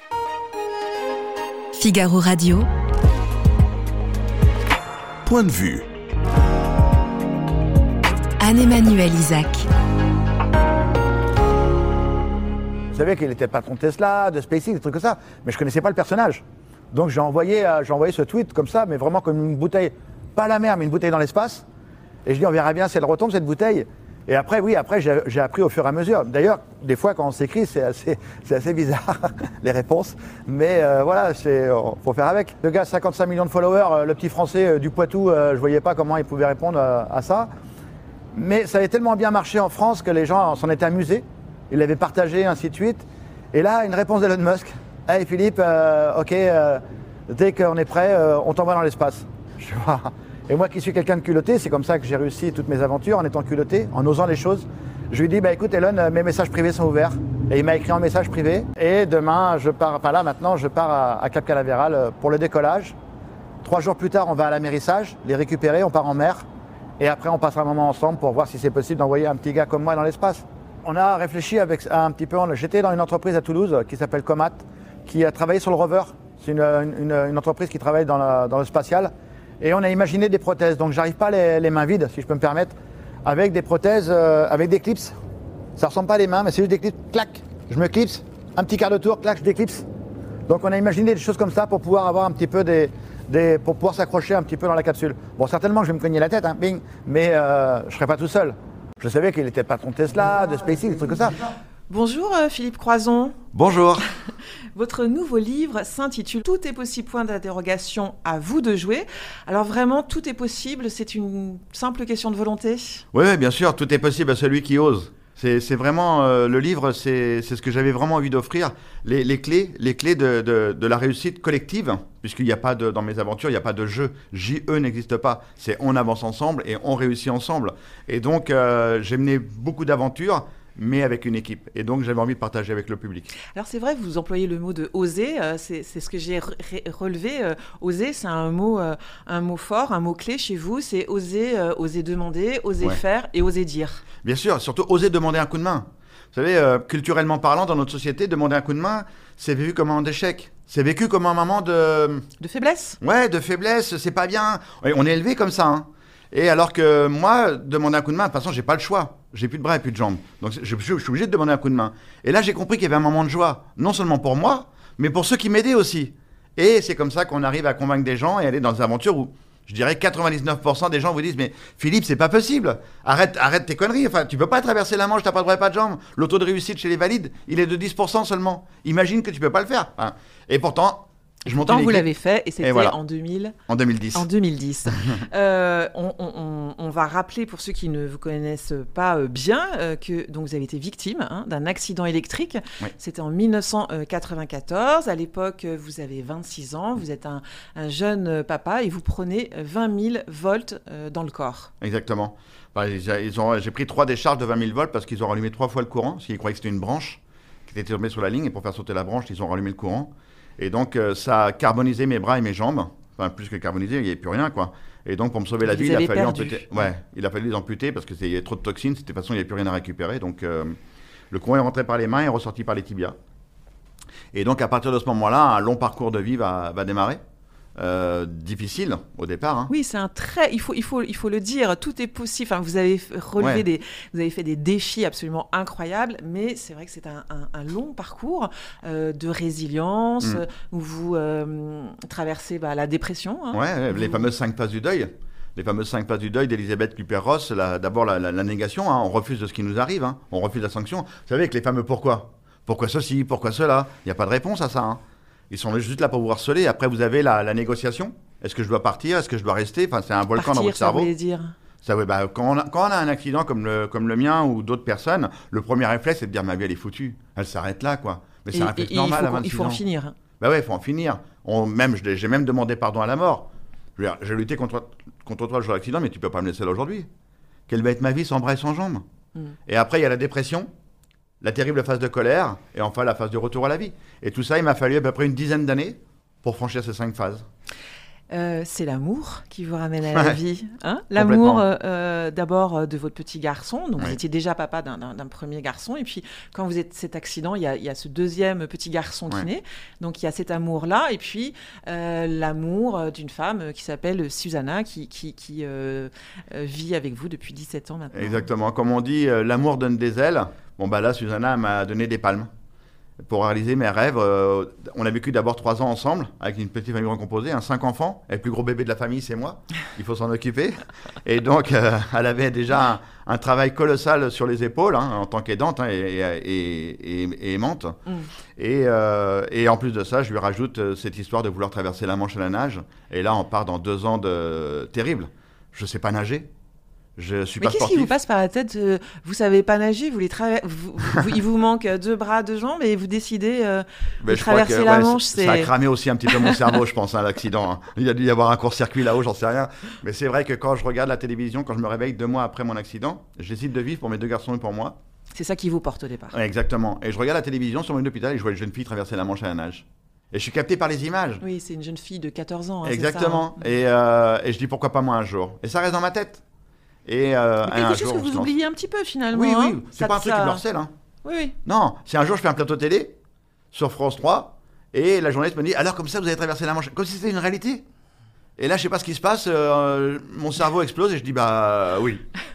Figaro Radio. Point de vue. Anne-Emmanuel Isaac. Vous savez qu'il était patron de Tesla, de SpaceX, des trucs comme ça, mais je ne connaissais pas le personnage. Donc j'ai envoyé, euh, j'ai envoyé ce tweet comme ça, mais vraiment comme une bouteille, pas à la mer, mais une bouteille dans l'espace. Et je dis, on verra bien si elle retombe, cette bouteille. Et après, oui, après, j'ai, j'ai appris au fur et à mesure. D'ailleurs, des fois, quand on s'écrit, c'est assez, c'est assez bizarre, les réponses. Mais euh, voilà, il faut faire avec. Le gars, cinquante-cinq millions de followers, euh, le petit français euh, du Poitou, euh, je ne voyais pas comment il pouvait répondre euh, à ça. Mais ça avait tellement bien marché en France que les gens s'en étaient amusés. Ils l'avaient partagé, ainsi de suite. Et là, une réponse d'Elon Musk. « Hey Philippe, euh, ok, euh, dès qu'on est prêt, euh, on t'envoie dans l'espace. » Je vois. Et moi qui suis quelqu'un de culotté, c'est comme ça que j'ai réussi toutes mes aventures, en étant culotté, en osant les choses. Je lui dis, bah écoute Elon, mes messages privés sont ouverts. Et il m'a écrit en message privé. Et demain, je pars, enfin là maintenant, je pars à, à Cap Canaveral pour le décollage. Trois jours plus tard, on va à l'amérissage, les récupérer, on part en mer. Et après, on passera un moment ensemble pour voir si c'est possible d'envoyer un petit gars comme moi dans l'espace. On a réfléchi avec un petit peu. J'étais dans une entreprise à Toulouse qui s'appelle Comat, qui a travaillé sur le rover. C'est une, une, une entreprise qui travaille dans, la, dans le spatial. Et on a imaginé des prothèses. Donc, j'arrive pas les, les mains vides, si je peux me permettre, avec des prothèses, euh, avec des clips. Ça ressemble pas à des mains, mais c'est juste des clips. Clac, je me clipse. Un petit quart de tour, clac, je déclipse. Donc, on a imaginé des choses comme ça pour pouvoir avoir un petit peu des... Des, pour pouvoir s'accrocher un petit peu dans la capsule. Bon, certainement que je vais me cogner la tête, hein, bing, mais euh, je ne serai pas tout seul. Je savais qu'il était patron de Tesla, de SpaceX, des trucs comme ça. Bonjour euh, Philippe Croizon. Bonjour. Votre nouveau livre s'intitule « Tout est possible, point d'interrogation, à vous de jouer ». Alors vraiment, tout est possible, c'est une simple question de volonté? Oui, oui, bien sûr, tout est possible à celui qui ose. C'est, c'est vraiment, euh, le livre, c'est, c'est ce que j'avais vraiment envie d'offrir, les, les clés, les clés de, de, de la réussite collective, puisqu'il n'y a pas de, dans mes aventures, il n'y a pas de jeu, J E n'existe pas, c'est on avance ensemble et on réussit ensemble. Et donc, euh, j'ai mené beaucoup d'aventures, mais avec une équipe. Et donc, j'avais envie de partager avec le public. Alors, c'est vrai, vous employez le mot de « oser euh, », c'est, c'est ce que j'ai re- relevé. Euh, oser, c'est un mot, euh, un mot fort, un mot-clé chez vous, c'est oser, euh, oser demander, oser ouais. faire et oser dire. Bien sûr, surtout oser demander un coup de main. Vous savez, euh, culturellement parlant, dans notre société, demander un coup de main, c'est vu comme un échec. C'est vécu comme un moment de... De faiblesse ? Ouais, de faiblesse, c'est pas bien. On est élevé comme ça, hein. Et alors que moi, demander un coup de main, de toute façon, j'ai pas le choix. J'ai plus de bras et plus de jambes. Donc je, je, je suis obligé de demander un coup de main. Et là, j'ai compris qu'il y avait un moment de joie, non seulement pour moi, mais pour ceux qui m'aidaient aussi. Et c'est comme ça qu'on arrive à convaincre des gens et aller dans des aventures où, je dirais, quatre-vingt-dix-neuf pour cent des gens vous disent « Mais Philippe, c'est pas possible. Arrête, arrête tes conneries. Enfin, tu peux pas traverser la Manche, t'as pas de bras et pas de jambes. Le taux de réussite chez les valides, il est de dix pour cent seulement. Imagine que tu peux pas le faire. Hein. » Et pourtant... Je Pourtant, vous l'avez fait et c'était et voilà. en deux mille... En deux mille dix. En deux mille dix. euh, on, on, on va rappeler, pour ceux qui ne vous connaissent pas bien, euh, que donc, vous avez été victime hein, d'un accident électrique. Oui. C'était en mille neuf cent quatre-vingt-quatorze. À l'époque, vous avez vingt-six ans. Vous êtes un, un jeune papa et vous prenez vingt mille volts euh, dans le corps. Exactement. Enfin, ils ont, j'ai pris trois décharges de vingt mille volts parce qu'ils ont rallumé trois fois le courant, parce qu'ils croyaient que c'était une branche qui était tombée sur la ligne. Et pour faire sauter la branche, ils ont rallumé le courant. Et donc, euh, ça a carbonisé mes bras et mes jambes. Enfin, plus que carbonisé, il n'y avait plus rien, quoi. Et donc, pour me sauver la vie, il a fallu amputer. Ouais, il a fallu les amputer parce qu'il y avait trop de toxines. De toute façon, il n'y avait plus rien à récupérer. Donc, euh, le courant est rentré par les mains et est ressorti par les tibias. Et donc, à partir de ce moment-là, un long parcours de vie va, va démarrer. Euh, difficile au départ. Hein. Oui, c'est un très. Il faut, il faut, il faut le dire. Tout est possible. Enfin, vous avez relevé ouais. des, vous avez fait des défis absolument incroyables, mais c'est vrai que c'est un, un, un long parcours euh, de résilience mm. où vous euh, traversez bah, la dépression. Hein. Ouais, vous... les fameuses cinq phases du deuil. Les fameuses cinq phases du deuil d'Elisabeth Küpper-Ross. La, d'abord la, la, la négation. Hein. On refuse de ce qui nous arrive. Hein. On refuse la sanction. Vous savez, avec les fameux pourquoi. Pourquoi ceci, pourquoi cela. Il n'y a pas de réponse à ça. Hein. Ils sont juste là pour vous harceler. Après, vous avez la, la négociation. Est-ce que je dois partir? Est-ce que je dois rester? Enfin, c'est un volcan partir, dans votre cerveau. Ça veut dire ça, ouais, bah, quand, on a, quand on a un accident comme le, comme le mien ou d'autres personnes, le premier réflexe, c'est de dire ma vie, elle est foutue. Elle s'arrête là, quoi. Mais c'est et, un réflexe normal à vingt-six ans. Il faut en finir. Bah ouais, il faut en finir. On, même, j'ai même demandé pardon à la mort. Je veux dire, j'ai lutté contre, contre toi le jour de l'accident, mais tu peux pas me laisser là aujourd'hui. Quelle va être ma vie sans bras et sans jambes? mm. Et après, il y a la dépression. La terrible phase de colère, et enfin la phase de retour à la vie. Et tout ça, il m'a fallu à peu près une dizaine d'années pour franchir ces cinq phases. Euh, c'est l'amour qui vous ramène à la ouais. vie. Hein, l'amour euh, euh, d'abord euh, de votre petit garçon. Donc, oui. Vous étiez déjà papa d'un, d'un, d'un premier garçon. Et puis, quand vous êtes cet accident, il y a, il y a ce deuxième petit garçon qui ouais. naît. Donc, il y a cet amour-là. Et puis, euh, l'amour d'une femme qui s'appelle Susanna, qui, qui, qui euh, vit avec vous depuis dix-sept ans maintenant. Exactement. Comme on dit, euh, l'amour donne des ailes. Bon, bah là, Susanna m'a donné des palmes. Pour réaliser mes rêves, euh, on a vécu d'abord trois ans ensemble, avec une petite famille recomposée, hein, cinq enfants, et le plus gros bébé de la famille, c'est moi. Il faut s'en occuper. Et donc, euh, elle avait déjà un, un travail colossal sur les épaules, hein, en tant qu'aidante hein, et, et, et, et aimante. Mm. Et, euh, et en plus de ça, je lui rajoute cette histoire de vouloir traverser la Manche à la nage. Et là, on part dans deux ans de terrible. Je ne sais pas nager. Je suis mais pas qu'est-ce sportif. qui vous passe par la tête euh, vous savez pas nager, vous les trava- vous, vous, il vous manque deux bras, deux jambes et vous décidez euh, de traverser que, la ouais, Manche. C'est... Ça a cramé aussi un petit peu mon cerveau, je pense, hein, l'accident. Hein. Il y a dû y avoir un court-circuit là-haut, j'en sais rien. Mais c'est vrai que quand je regarde la télévision, quand je me réveille deux mois après mon accident, je décide de vivre pour mes deux garçons et pour moi. C'est ça qui vous porte au départ. Ouais, exactement. Et je regarde la télévision sur mon hôpital et je vois une jeune fille traverser la Manche à la nage. Et je suis capté par les images. Oui, c'est une jeune fille de quatorze ans. Hein, exactement. C'est ça, hein. et, euh, et je dis pourquoi pas moi un jour. Et ça reste dans ma tête. Et euh, quelque un chose jour, que vous oubliez un petit peu finalement. Oui, oui, hein, c'est pas un truc ça... qui me harcèle. Hein. Oui, oui. Non, c'est un jour je fais un plateau télé sur France trois et la journaliste me dit alors comme ça vous avez traversé la Manche, comme si c'était une réalité. Et là je sais pas ce qui se passe, euh, mon cerveau explose et je dis bah oui.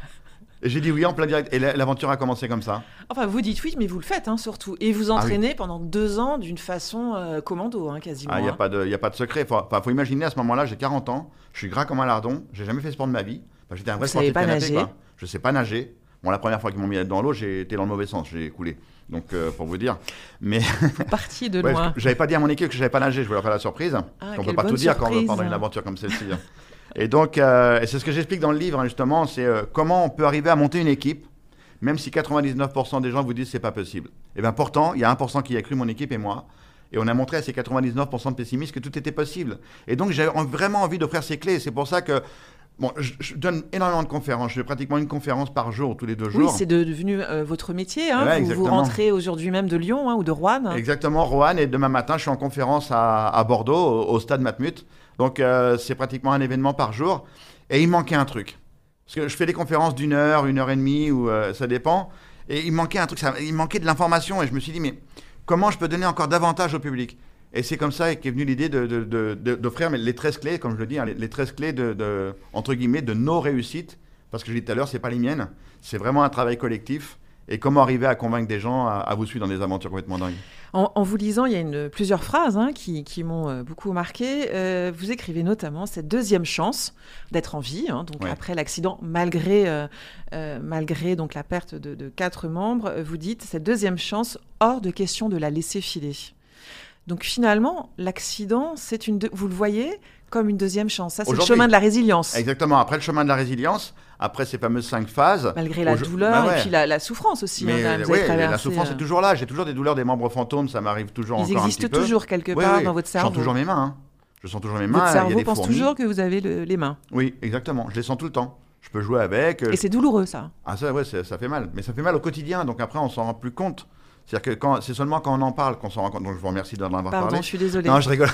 Et j'ai dit oui en plein direct et l'aventure a commencé comme ça. Enfin vous dites oui mais vous le faites hein, surtout et vous entraînez ah, oui. pendant deux ans d'une façon euh, commando hein, quasiment. Ah il y a hein. pas de il y a pas de secret. Faut, faut imaginer à ce moment-là j'ai quarante ans, je suis gras comme un lardon, j'ai jamais fait sport de ma vie. Enfin, j'étais un vrai sportif canapé, quoi. Je sais pas nager. Bon, la première fois qu'ils m'ont mis dans l'eau, j'ai été dans le mauvais sens, j'ai coulé. Donc, euh, pour vous dire. Mais. Vous partiez de ouais, loin. J'avais pas dit à mon équipe que je savais pas nager, je voulais leur faire la surprise. Ah, on peut pas tout dire quand on pendant une aventure comme celle-ci. Et donc, euh, et c'est ce que j'explique dans le livre, hein, justement, c'est euh, comment on peut arriver à monter une équipe, même si quatre-vingt-dix-neuf pour cent des gens vous disent que c'est pas possible. Et bien pourtant, il y a un pour cent qui a cru, mon équipe et moi. Et on a montré à ces quatre-vingt-dix-neuf pour cent de pessimistes que tout était possible. Et donc, j'ai vraiment envie d'offrir ces clés. C'est pour ça que. Bon, je, je donne énormément de conférences. Je fais pratiquement une conférence par jour, tous les deux jours. Oui, c'est de, devenu euh, votre métier. Hein. Ouais, vous, vous rentrez aujourd'hui même de Lyon hein, ou de Roanne. Exactement, Roanne. Et demain matin, je suis en conférence à, à Bordeaux, au, au stade Matmut. Donc, euh, c'est pratiquement un événement par jour. Et il manquait un truc. Parce que je fais des conférences d'une heure, une heure et demie, ou euh, ça dépend. Et il manquait un truc. Ça, il manquait de l'information. Et je me suis dit, mais comment je peux donner encore davantage au public ? Et c'est comme ça qu'est venue l'idée de, de, de, de, d'offrir les treize clés, comme je le dis, hein, les, les treize clés de, de, entre guillemets, de nos réussites. Parce que je l'ai dit tout à l'heure, ce n'est pas les miennes. C'est vraiment un travail collectif. Et comment arriver à convaincre des gens à, à vous suivre dans des aventures complètement dingues. En, en vous lisant, il y a une, plusieurs phrases hein, qui, qui m'ont euh, beaucoup marqué. Euh, vous écrivez notamment cette deuxième chance d'être en vie, hein, donc ouais. après l'accident, malgré, euh, euh, malgré donc, la perte de, de quatre membres, vous dites cette deuxième chance, hors de question de la laisser filer. Donc finalement, l'accident, c'est une de... vous le voyez comme une deuxième chance. Ça, c'est le chemin de la résilience. Exactement. Après le chemin de la résilience, après ces fameuses cinq phases. Malgré la douleur bah ouais. et puis la, la souffrance aussi. Mais hein, oui, la souffrance euh... est toujours là. J'ai toujours des douleurs des membres fantômes. Ça m'arrive toujours Ils encore un petit peu. Ils existent toujours quelque part oui, oui. dans votre cerveau. Je sens toujours mes mains. Hein. Je sens toujours mes mains. Votre cerveau il y a des pense fourmis. toujours que vous avez le, les mains. Oui, exactement. Je les sens tout le temps. Je peux jouer avec. Et c'est douloureux, ça. Ah ça, ouais, ça fait mal. Mais ça fait mal au quotidien. Donc après, on s'en rend plus compte. C'est-à-dire que quand, c'est seulement quand on en parle qu'on s'en rend compte. Donc je vous remercie d'en avoir Pardon, parlé. Pardon, je suis désolée. Non, je rigole.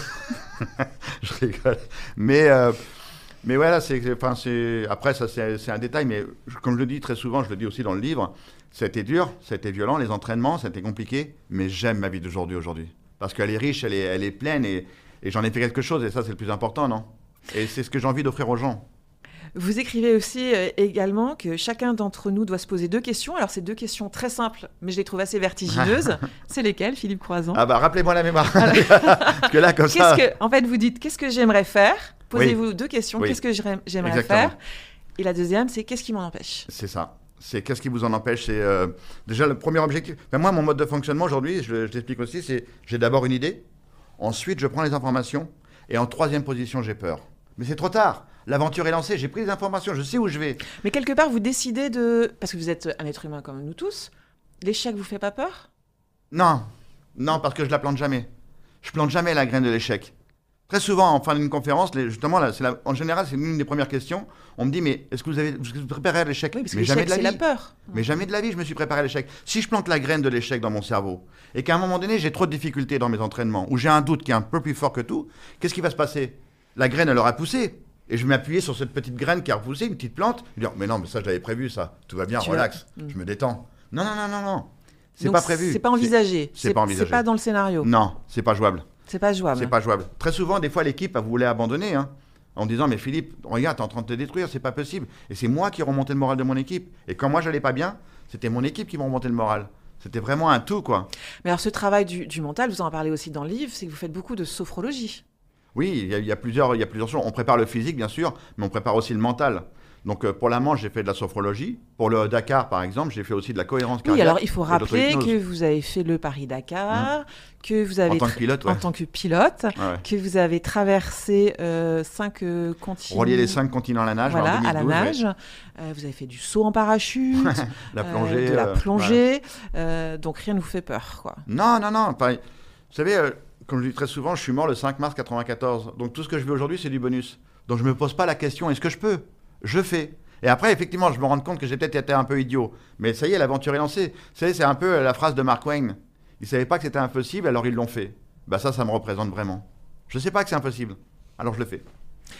je rigole. Mais, euh, mais voilà, c'est, enfin, c'est, après, ça, c'est, c'est un détail. Mais comme je le dis très souvent, je le dis aussi dans le livre, ça a été dur, ça a été violent, les entraînements, ça a été compliqué. Mais j'aime ma vie d'aujourd'hui, aujourd'hui. Parce qu'elle est riche, elle est, elle est pleine et, et j'en ai fait quelque chose. Et ça, c'est le plus important, non ? Et c'est ce que j'ai envie d'offrir aux gens. Vous écrivez aussi euh, également que chacun d'entre nous doit se poser deux questions. Alors, c'est deux questions très simples, mais je les trouve assez vertigineuses. C'est lesquelles, Philippe Croizon ? Ah bah, rappelez-moi la mémoire. Parce que là, comme qu'est-ce ça... Que, en fait, vous dites, qu'est-ce que j'aimerais faire ? Posez-vous oui. deux questions. Oui. Qu'est-ce que j'aimerais Exactement. faire ? Et la deuxième, c'est qu'est-ce qui m'en empêche ? C'est ça. C'est qu'est-ce qui vous en empêche ? C'est euh, déjà le premier objectif. Enfin, moi, mon mode de fonctionnement aujourd'hui, je, je l'explique aussi, c'est j'ai d'abord une idée, ensuite je prends les informations, et en troisième position, j'ai peur. Mais c'est trop tard. L'aventure est lancée, j'ai pris les informations, je sais où je vais. Mais quelque part, vous décidez de... Parce que vous êtes un être humain comme nous tous. L'échec vous fait pas peur ? Non. Non, parce que je la plante jamais. Je plante jamais la graine de l'échec. Très souvent, en fin d'une conférence, les, justement, là, c'est la, en général, c'est l'une des premières questions. On me dit, mais est-ce que vous avez vous préparé à l'échec ? Oui, parce que mais l'échec, jamais de la c'est vie. la peur. Mais jamais de la vie, je me suis préparé à l'échec. Si je plante la graine de l'échec dans mon cerveau, et qu'à un moment donné, j'ai trop de difficultés dans mes entraînements, ou j'ai un doute qui est un peu plus fort que tout, qu'est-ce qui va se passer ? La graine, elle aura poussé. Et je vais m'appuyer sur cette petite graine qui a repoussé, une petite plante. Je vais dire, mais non, mais ça, je l'avais prévu, ça. Tout va bien, tu relax. Mmh. Je me détends. Non, non, non, non, non. C'est Donc, pas prévu. C'est pas envisagé. C'est, c'est pas envisagé. C'est pas dans le scénario. Non, c'est pas jouable. C'est pas jouable. C'est pas jouable. Très souvent, des fois, l'équipe, elle voulait abandonner, hein, en disant, mais Philippe, regarde, t'es en train de te détruire, c'est pas possible. Et c'est moi qui remontais le moral de mon équipe. Et quand moi, j'allais pas bien, c'était mon équipe qui me remontait le moral. C'était vraiment un tout, quoi. Mais alors, ce travail du, du mental, vous en parlez aussi dans le livre, c'est que vous faites beaucoup de sophrologie. Oui, il y, y a plusieurs, il y a plusieurs choses. On prépare le physique, bien sûr, mais on prépare aussi le mental. Donc, euh, pour la manche, j'ai fait de la sophrologie. Pour le Dakar, par exemple, j'ai fait aussi de la cohérence cardiaque. Oui, alors il faut rappeler que vous avez fait le Paris-Dakar, mmh. que vous avez... En tant que pilote, ouais. En tant que pilote, ouais. que vous avez traversé euh, cinq euh, continents... Relier les cinq continents à la nage, voilà, en deux mille douze. À la nage. Ouais. Euh, vous avez fait du saut en parachute, la plongée, euh, de la euh, plongée. Ouais. Euh, donc, rien ne vous fait peur, quoi. Non, non, non. Enfin, vous savez... Euh, Comme je dis très souvent, je suis mort le cinq mars quatre-vingt-quatorze. Donc tout ce que je fais aujourd'hui, c'est du bonus. Donc je ne me pose pas la question, est-ce que je peux ? Je fais. Et après, effectivement, je me rends compte que j'ai peut-être été un peu idiot. Mais ça y est, l'aventure est lancée. Vous savez, c'est un peu la phrase de Mark Twain. Ils ne savaient pas que c'était impossible, alors ils l'ont fait. Bah ça, ça me représente vraiment. Je ne sais pas que c'est impossible, alors je le fais.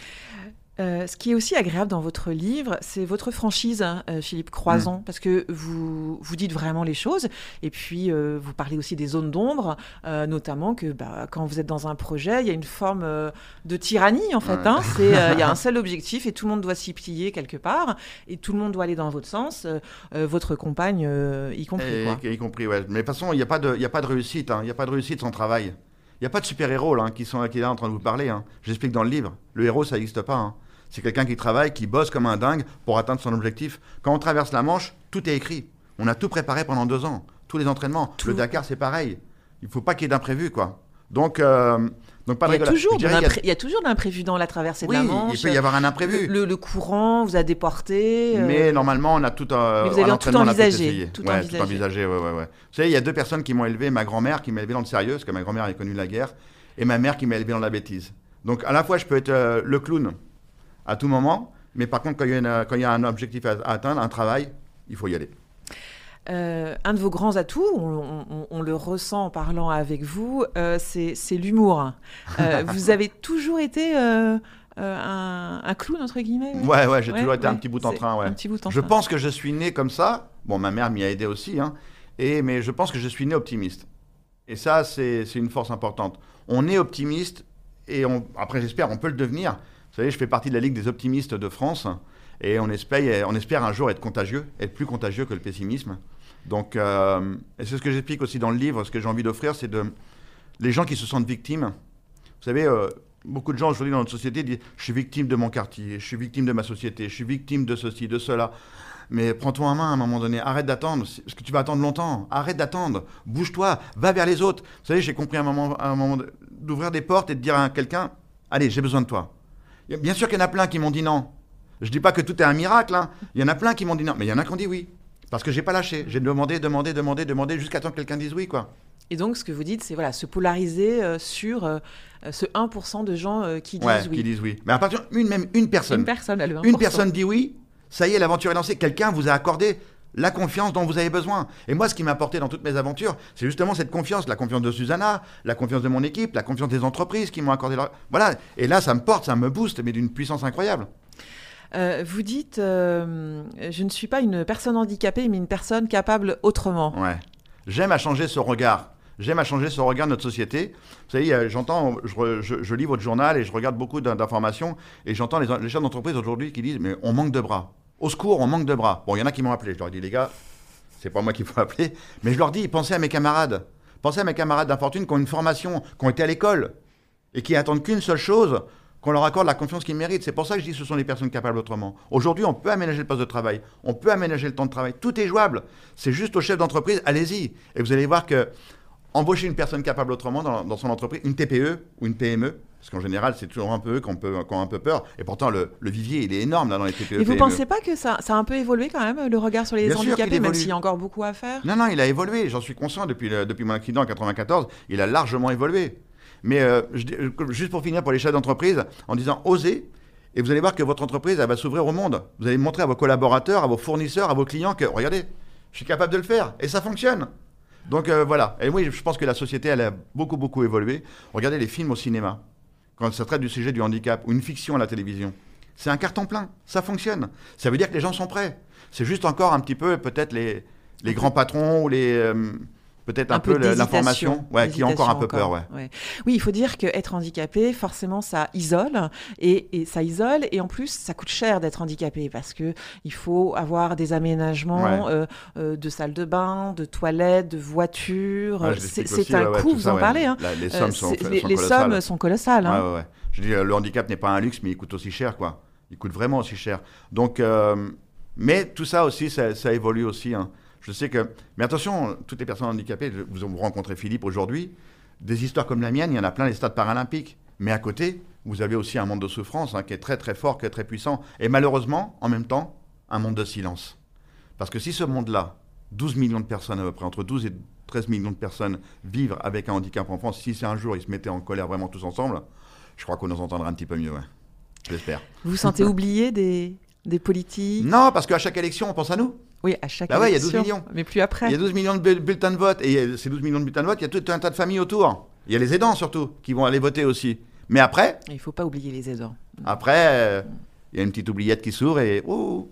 Euh, ce qui est aussi agréable dans votre livre, c'est votre franchise, hein, euh, Philippe Croizon, mmh. parce que vous, vous dites vraiment les choses, et puis euh, vous parlez aussi des zones d'ombre, euh, notamment que bah, quand vous êtes dans un projet, il y a une forme euh, de tyrannie, en fait. Ouais. Hein, c'est, euh, il y a un seul objectif, et tout le monde doit s'y plier quelque part, et tout le monde doit aller dans votre sens, euh, euh, votre compagne euh, y compris. Et, quoi. Y compris, ouais. Mais de toute façon, il n'y a pas de, il y a pas de réussite, hein. Il n'y a pas de réussite sans travail. Il n'y a pas de super-héros là, hein, qui sont qui est là en train de vous parler. Hein. J'explique dans le livre. Le héros, ça n'existe pas. Hein. C'est quelqu'un qui travaille, qui bosse comme un dingue pour atteindre son objectif. Quand on traverse la Manche, tout est écrit. On a tout préparé pendant deux ans. Tous les entraînements. Tout. Le Dakar, c'est pareil. Il ne faut pas qu'il y ait d'imprévu, quoi. Donc, euh, donc pas de il, y a toujours dirais, il, y a... il y a toujours de l'imprévu dans la traversée oui, de la Manche. Il peut y avoir un imprévu. Le, le courant vous a déporté. Euh... Mais normalement, on a tout, euh, Mais vous avez tout envisagé. Tout, tout ouais, envisagé. Tout envisagé. Ouais, ouais, ouais. Vous savez, il y a deux personnes qui m'ont élevé. Ma grand-mère qui m'a élevé dans le sérieux, parce que ma grand-mère a connu la guerre, et ma mère qui m'a élevé dans la bêtise. Donc, à la fois, je peux être euh, le clown à tout moment. Mais par contre, quand il y a, une, quand il y a un objectif à, à atteindre, un travail, il faut y aller. Euh, un de vos grands atouts, on, on, on le ressent en parlant avec vous, euh, c'est, c'est l'humour. Euh, vous avez toujours été euh, euh, un, un clown, entre guillemets. Ouais, ouais, j'ai ouais, toujours été ouais, un petit bout en train. Ouais. Un petit bout en je train. pense que je suis né comme ça. Bon, ma mère m'y a aidé aussi. Hein, et, mais je pense que je suis né optimiste. Et ça, c'est, c'est une force importante. on est optimiste et on, après j'espère on peut le devenir. Vous savez, je fais partie de la Ligue des optimistes de France et on espère, on espère un jour être contagieux, être plus contagieux que le pessimisme. Donc, euh, et c'est ce que j'explique aussi dans le livre, ce que j'ai envie d'offrir, c'est de les gens qui se sentent victimes. Vous savez, euh, beaucoup de gens aujourd'hui dans notre société disent « je suis victime de mon quartier, je suis victime de ma société, je suis victime de ceci, de cela ». Mais prends-toi en main à un moment donné, arrête d'attendre, parce que tu vas attendre longtemps, arrête d'attendre, bouge-toi, va vers les autres. Vous savez, j'ai compris à un moment, à un moment d'ouvrir des portes et de dire à quelqu'un « allez, j'ai besoin de toi ». Bien sûr qu'il y en a plein qui m'ont dit non. Je ne dis pas que tout est un miracle, hein. Il y en a plein qui m'ont dit non, mais il y en a qui ont dit oui. Parce que j'ai pas lâché, j'ai demandé, demandé, demandé, demandé, jusqu'à temps que quelqu'un dise oui, quoi. Et donc, ce que vous dites, c'est voilà, se polariser euh, sur euh, ce un pour cent de gens euh, qui disent ouais, oui. qui disent oui. Mais à partir d'une même une personne, une personne, le un pour cent. Une personne dit oui, ça y est, l'aventure est lancée. Quelqu'un vous a accordé la confiance dont vous avez besoin. Et moi, ce qui m'a apporté dans toutes mes aventures, c'est justement cette confiance, la confiance de Susanna, la confiance de mon équipe, la confiance des entreprises qui m'ont accordé leur... Voilà. Et là, ça me porte, ça me booste, mais d'une puissance incroyable. Euh, vous dites, euh, je ne suis pas une personne handicapée, mais une personne capable autrement. Ouais. J'aime à changer ce regard. J'aime à changer ce regard de notre société. Vous savez, j'entends, je, je, je lis votre journal et je regarde beaucoup d'informations et j'entends les, les chefs d'entreprise aujourd'hui qui disent « mais on manque de bras. Au secours, on manque de bras. » Bon, il y en a qui m'ont appelé. Je leur ai dit « les gars, c'est pas moi qu'il faut appeler. » Mais je leur dis « pensez à mes camarades. Pensez à mes camarades d'infortune qui ont une formation, qui ont été à l'école et qui attendent qu'une seule chose, qu'on leur accorde la confiance qu'ils méritent. » C'est pour ça que je dis que ce sont les personnes capables autrement. Aujourd'hui, on peut aménager le poste de travail, on peut aménager le temps de travail. Tout est jouable. C'est juste au chef d'entreprise, allez-y. Et vous allez voir que embaucher une personne capable autrement dans, dans son entreprise, une T P E ou une P M E, parce qu'en général, c'est toujours un peu eux qui ont, qui ont un peu peur. Et pourtant, le, le vivier, il est énorme là, dans les T P E. Et vous ne P M E. pensez pas que ça, ça a un peu évolué quand même, le regard sur les Bien handicapés, même s'il y a encore beaucoup à faire? Non, non, il a évolué. J'en suis conscient. Depuis, le, depuis mon accident en quatre-vingt-quatorze, il a largement évolué. Mais euh, je, juste pour finir, pour les chefs d'entreprise, en disant osez, et vous allez voir que votre entreprise, elle va s'ouvrir au monde. Vous allez montrer à vos collaborateurs, à vos fournisseurs, à vos clients que, regardez, je suis capable de le faire. Et ça fonctionne. Donc euh, voilà. Et oui, je pense que la société, elle a beaucoup, beaucoup évolué. Regardez les films au cinéma, quand ça traite du sujet du handicap, ou une fiction à la télévision. C'est un carton plein. Ça fonctionne. Ça veut dire que les gens sont prêts. C'est juste encore un petit peu, peut-être, les, les grands patrons ou les... Euh, peut-être un, un peu, peu l'information, ouais, qui a encore un peu encore. peur. Ouais. Ouais. Oui, il faut dire qu'être handicapé, forcément, ça isole, et, et ça isole, et en plus, ça coûte cher d'être handicapé, parce qu'il faut avoir des aménagements ouais. euh, euh, de salles de bain, de toilettes, de voitures. Ouais, c'est c'est un ouais, coût, vous ça, en ouais. parlez. Hein. La, les sommes, euh, sont, sont, les, sont les colossales. sommes sont colossales. Hein. Ouais, ouais, ouais. Je dis, le handicap n'est pas un luxe, mais il coûte aussi cher, quoi. Il coûte vraiment aussi cher. Donc, euh, mais tout ça aussi, ça, ça évolue aussi, hein. Je sais que... Mais attention, toutes les personnes handicapées, vous rencontrez Philippe aujourd'hui, des histoires comme la mienne, il y en a plein les stades paralympiques. Mais à côté, vous avez aussi un monde de souffrance hein, qui est très très fort, qui est très puissant. Et malheureusement, en même temps, un monde de silence. Parce que si ce monde-là, douze millions de personnes à peu près, entre douze et treize millions de personnes vivent avec un handicap en France, si c'est un jour ils se mettaient en colère vraiment tous ensemble, je crois qu'on nous entendra un petit peu mieux, ouais. J'espère. Vous vous sentez oublié des, des politiques? Non, parce qu'à chaque élection, on pense à nous. Oui, à chaque bah ouais, élection. Il y a douze millions. Mais plus après. Il y a douze millions de bulletins de vote. Et ces douze millions de bulletins de vote, il y a tout un tas de familles autour. Il y a les aidants surtout, qui vont aller voter aussi. Mais après... Il ne faut pas oublier les aidants. Après, euh, il y a une petite oubliette qui s'ouvre et... Oh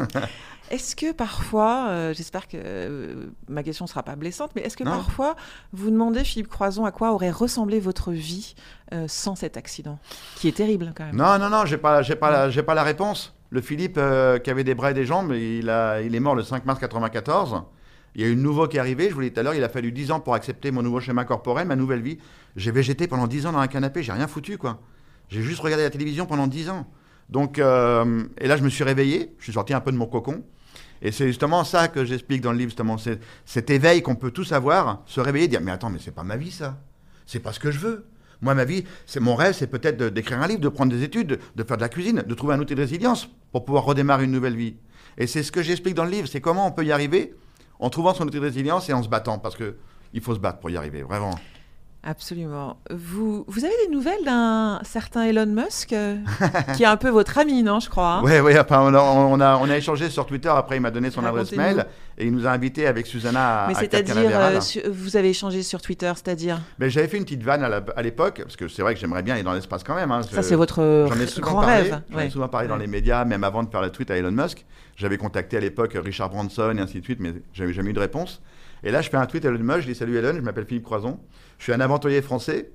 Est-ce que parfois, euh, j'espère que euh, ma question ne sera pas blessante, mais est-ce que non. parfois, vous demandez, Philippe Croison, à quoi aurait ressemblé votre vie euh, sans cet accident, qui est terrible quand même? Non, non, non, je n'ai pas, j'ai pas, la, j'ai pas la réponse. Le Philippe euh, qui avait des bras et des jambes, il, a, il est mort le cinq mars quatre-vingt-quatorze. Il y a eu un nouveau qui est arrivé. Je vous l'ai dit tout à l'heure, il a fallu dix ans pour accepter mon nouveau schéma corporel, ma nouvelle vie. J'ai végété pendant dix ans dans un canapé, j'ai rien foutu, quoi. J'ai juste regardé la télévision pendant dix ans. Donc, euh, et là, je me suis réveillé, je suis sorti un peu de mon cocon. Et c'est justement ça que j'explique dans le livre, justement, c'est cet éveil qu'on peut tous avoir, se réveiller, dire « Mais attends, mais c'est pas ma vie, ça. C'est pas ce que je veux. » Moi, ma vie, c'est mon rêve, c'est peut-être de, d'écrire un livre, de prendre des études, de, de faire de la cuisine, de trouver un outil de résilience pour pouvoir redémarrer une nouvelle vie. Et c'est ce que j'explique dans le livre, c'est comment on peut y arriver en trouvant son outil de résilience et en se battant, parce qu'il faut se battre pour y arriver, vraiment. Absolument. Vous, vous avez des nouvelles d'un certain Elon Musk, euh, qui est un peu votre ami, non, je crois hein Oui, oui, enfin, on, a, on, a, on a échangé sur Twitter, après il m'a donné son adresse mail, et il nous a invités avec Susanna à Mais à c'est-à-dire, euh, su- vous avez échangé sur Twitter, c'est-à-dire Mais j'avais fait une petite vanne à, la, à l'époque, parce que c'est vrai que j'aimerais bien aller dans l'espace quand même. Hein, Ça, je, c'est votre j'en ai souvent grand parlé, rêve. J'en ouais. ai souvent parlé ouais. dans les médias, même avant de faire le tweet à Elon Musk. J'avais contacté à l'époque Richard Branson et ainsi de suite, mais j'avais jamais eu de réponse. Et là, je fais un tweet à Elon Musk, je dis « Salut Elon, je m'appelle Philippe Croison, je suis un aventurier français,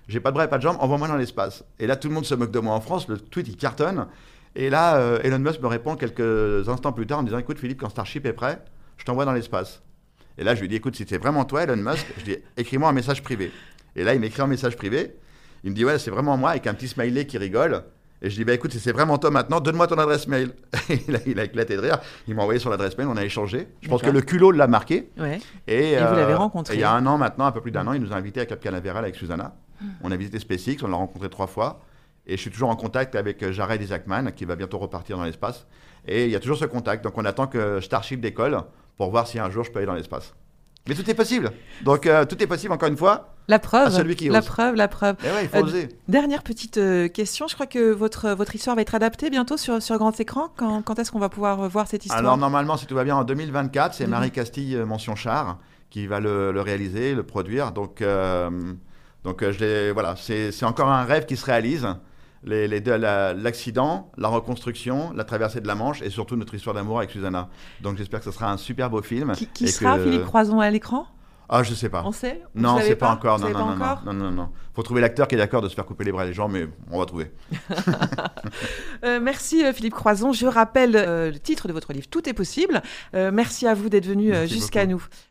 j'ai pas de bras et pas de jambes, envoie-moi dans l'espace. Et là, tout le monde se moque de moi en France, le tweet, il cartonne. Et là, euh, Elon Musk me répond quelques instants plus tard en me disant, écoute Philippe, quand Starship est prêt, je t'envoie dans l'espace. Et là, je lui dis, écoute, si c'est vraiment toi, Elon Musk, je dis, écris-moi un message privé. Et là, il m'écrit un message privé. Il me dit, ouais, c'est vraiment moi, avec un petit smiley qui rigole. Et je dis, bah écoute, si c'est vraiment toi maintenant, donne-moi ton adresse mail. Et là, il a éclaté de rire. Il m'a envoyé son adresse mail, on a échangé. Je pense que le culot l'a marqué. Ouais. Et, et euh, vous l'avez rencontré. Et il y a un an maintenant, un peu plus d'un an, il nous a invités à Cap Canaveral avec Susanna. Mmh. On a visité SpaceX, on l'a rencontré trois fois. Et je suis toujours en contact avec Jared Isaacman, qui va bientôt repartir dans l'espace. Et il y a toujours ce contact. Donc on attend que Starship décolle pour voir si un jour je peux aller dans l'espace. Mais tout est possible. Donc euh, tout est possible, encore une fois. La preuve, à celui qui ose. la preuve, la preuve. Et ouais, il faut euh, oser. Dernière petite euh, question. Je crois que votre, votre histoire va être adaptée bientôt sur, sur grand écran. Quand, quand est-ce qu'on va pouvoir voir cette histoire ? Alors normalement, si tout va bien, en deux mille vingt-quatre, c'est mmh. Marie Castille, euh, mention char, qui va le, le réaliser, le produire. Donc, euh, donc euh, je l'ai, voilà, c'est, c'est encore un rêve qui se réalise. Les, les deux, la, l'accident, la reconstruction, la traversée de la Manche et surtout notre histoire d'amour avec Susanna. Donc j'espère que ce sera un super beau film. Qui, qui sera que... Philippe Croison à l'écran ? Ah, je sais pas. On sait ? Vous Non, c'est pas, pas encore. Non, non, pas non, encore non, non, non, non. Faut trouver l'acteur qui est d'accord de se faire couper les bras des gens, mais on va trouver. euh, merci Philippe Croison. Je rappelle euh, le titre de votre livre, Tout est possible. Euh, merci à vous d'être venu euh, jusqu'à beaucoup. nous.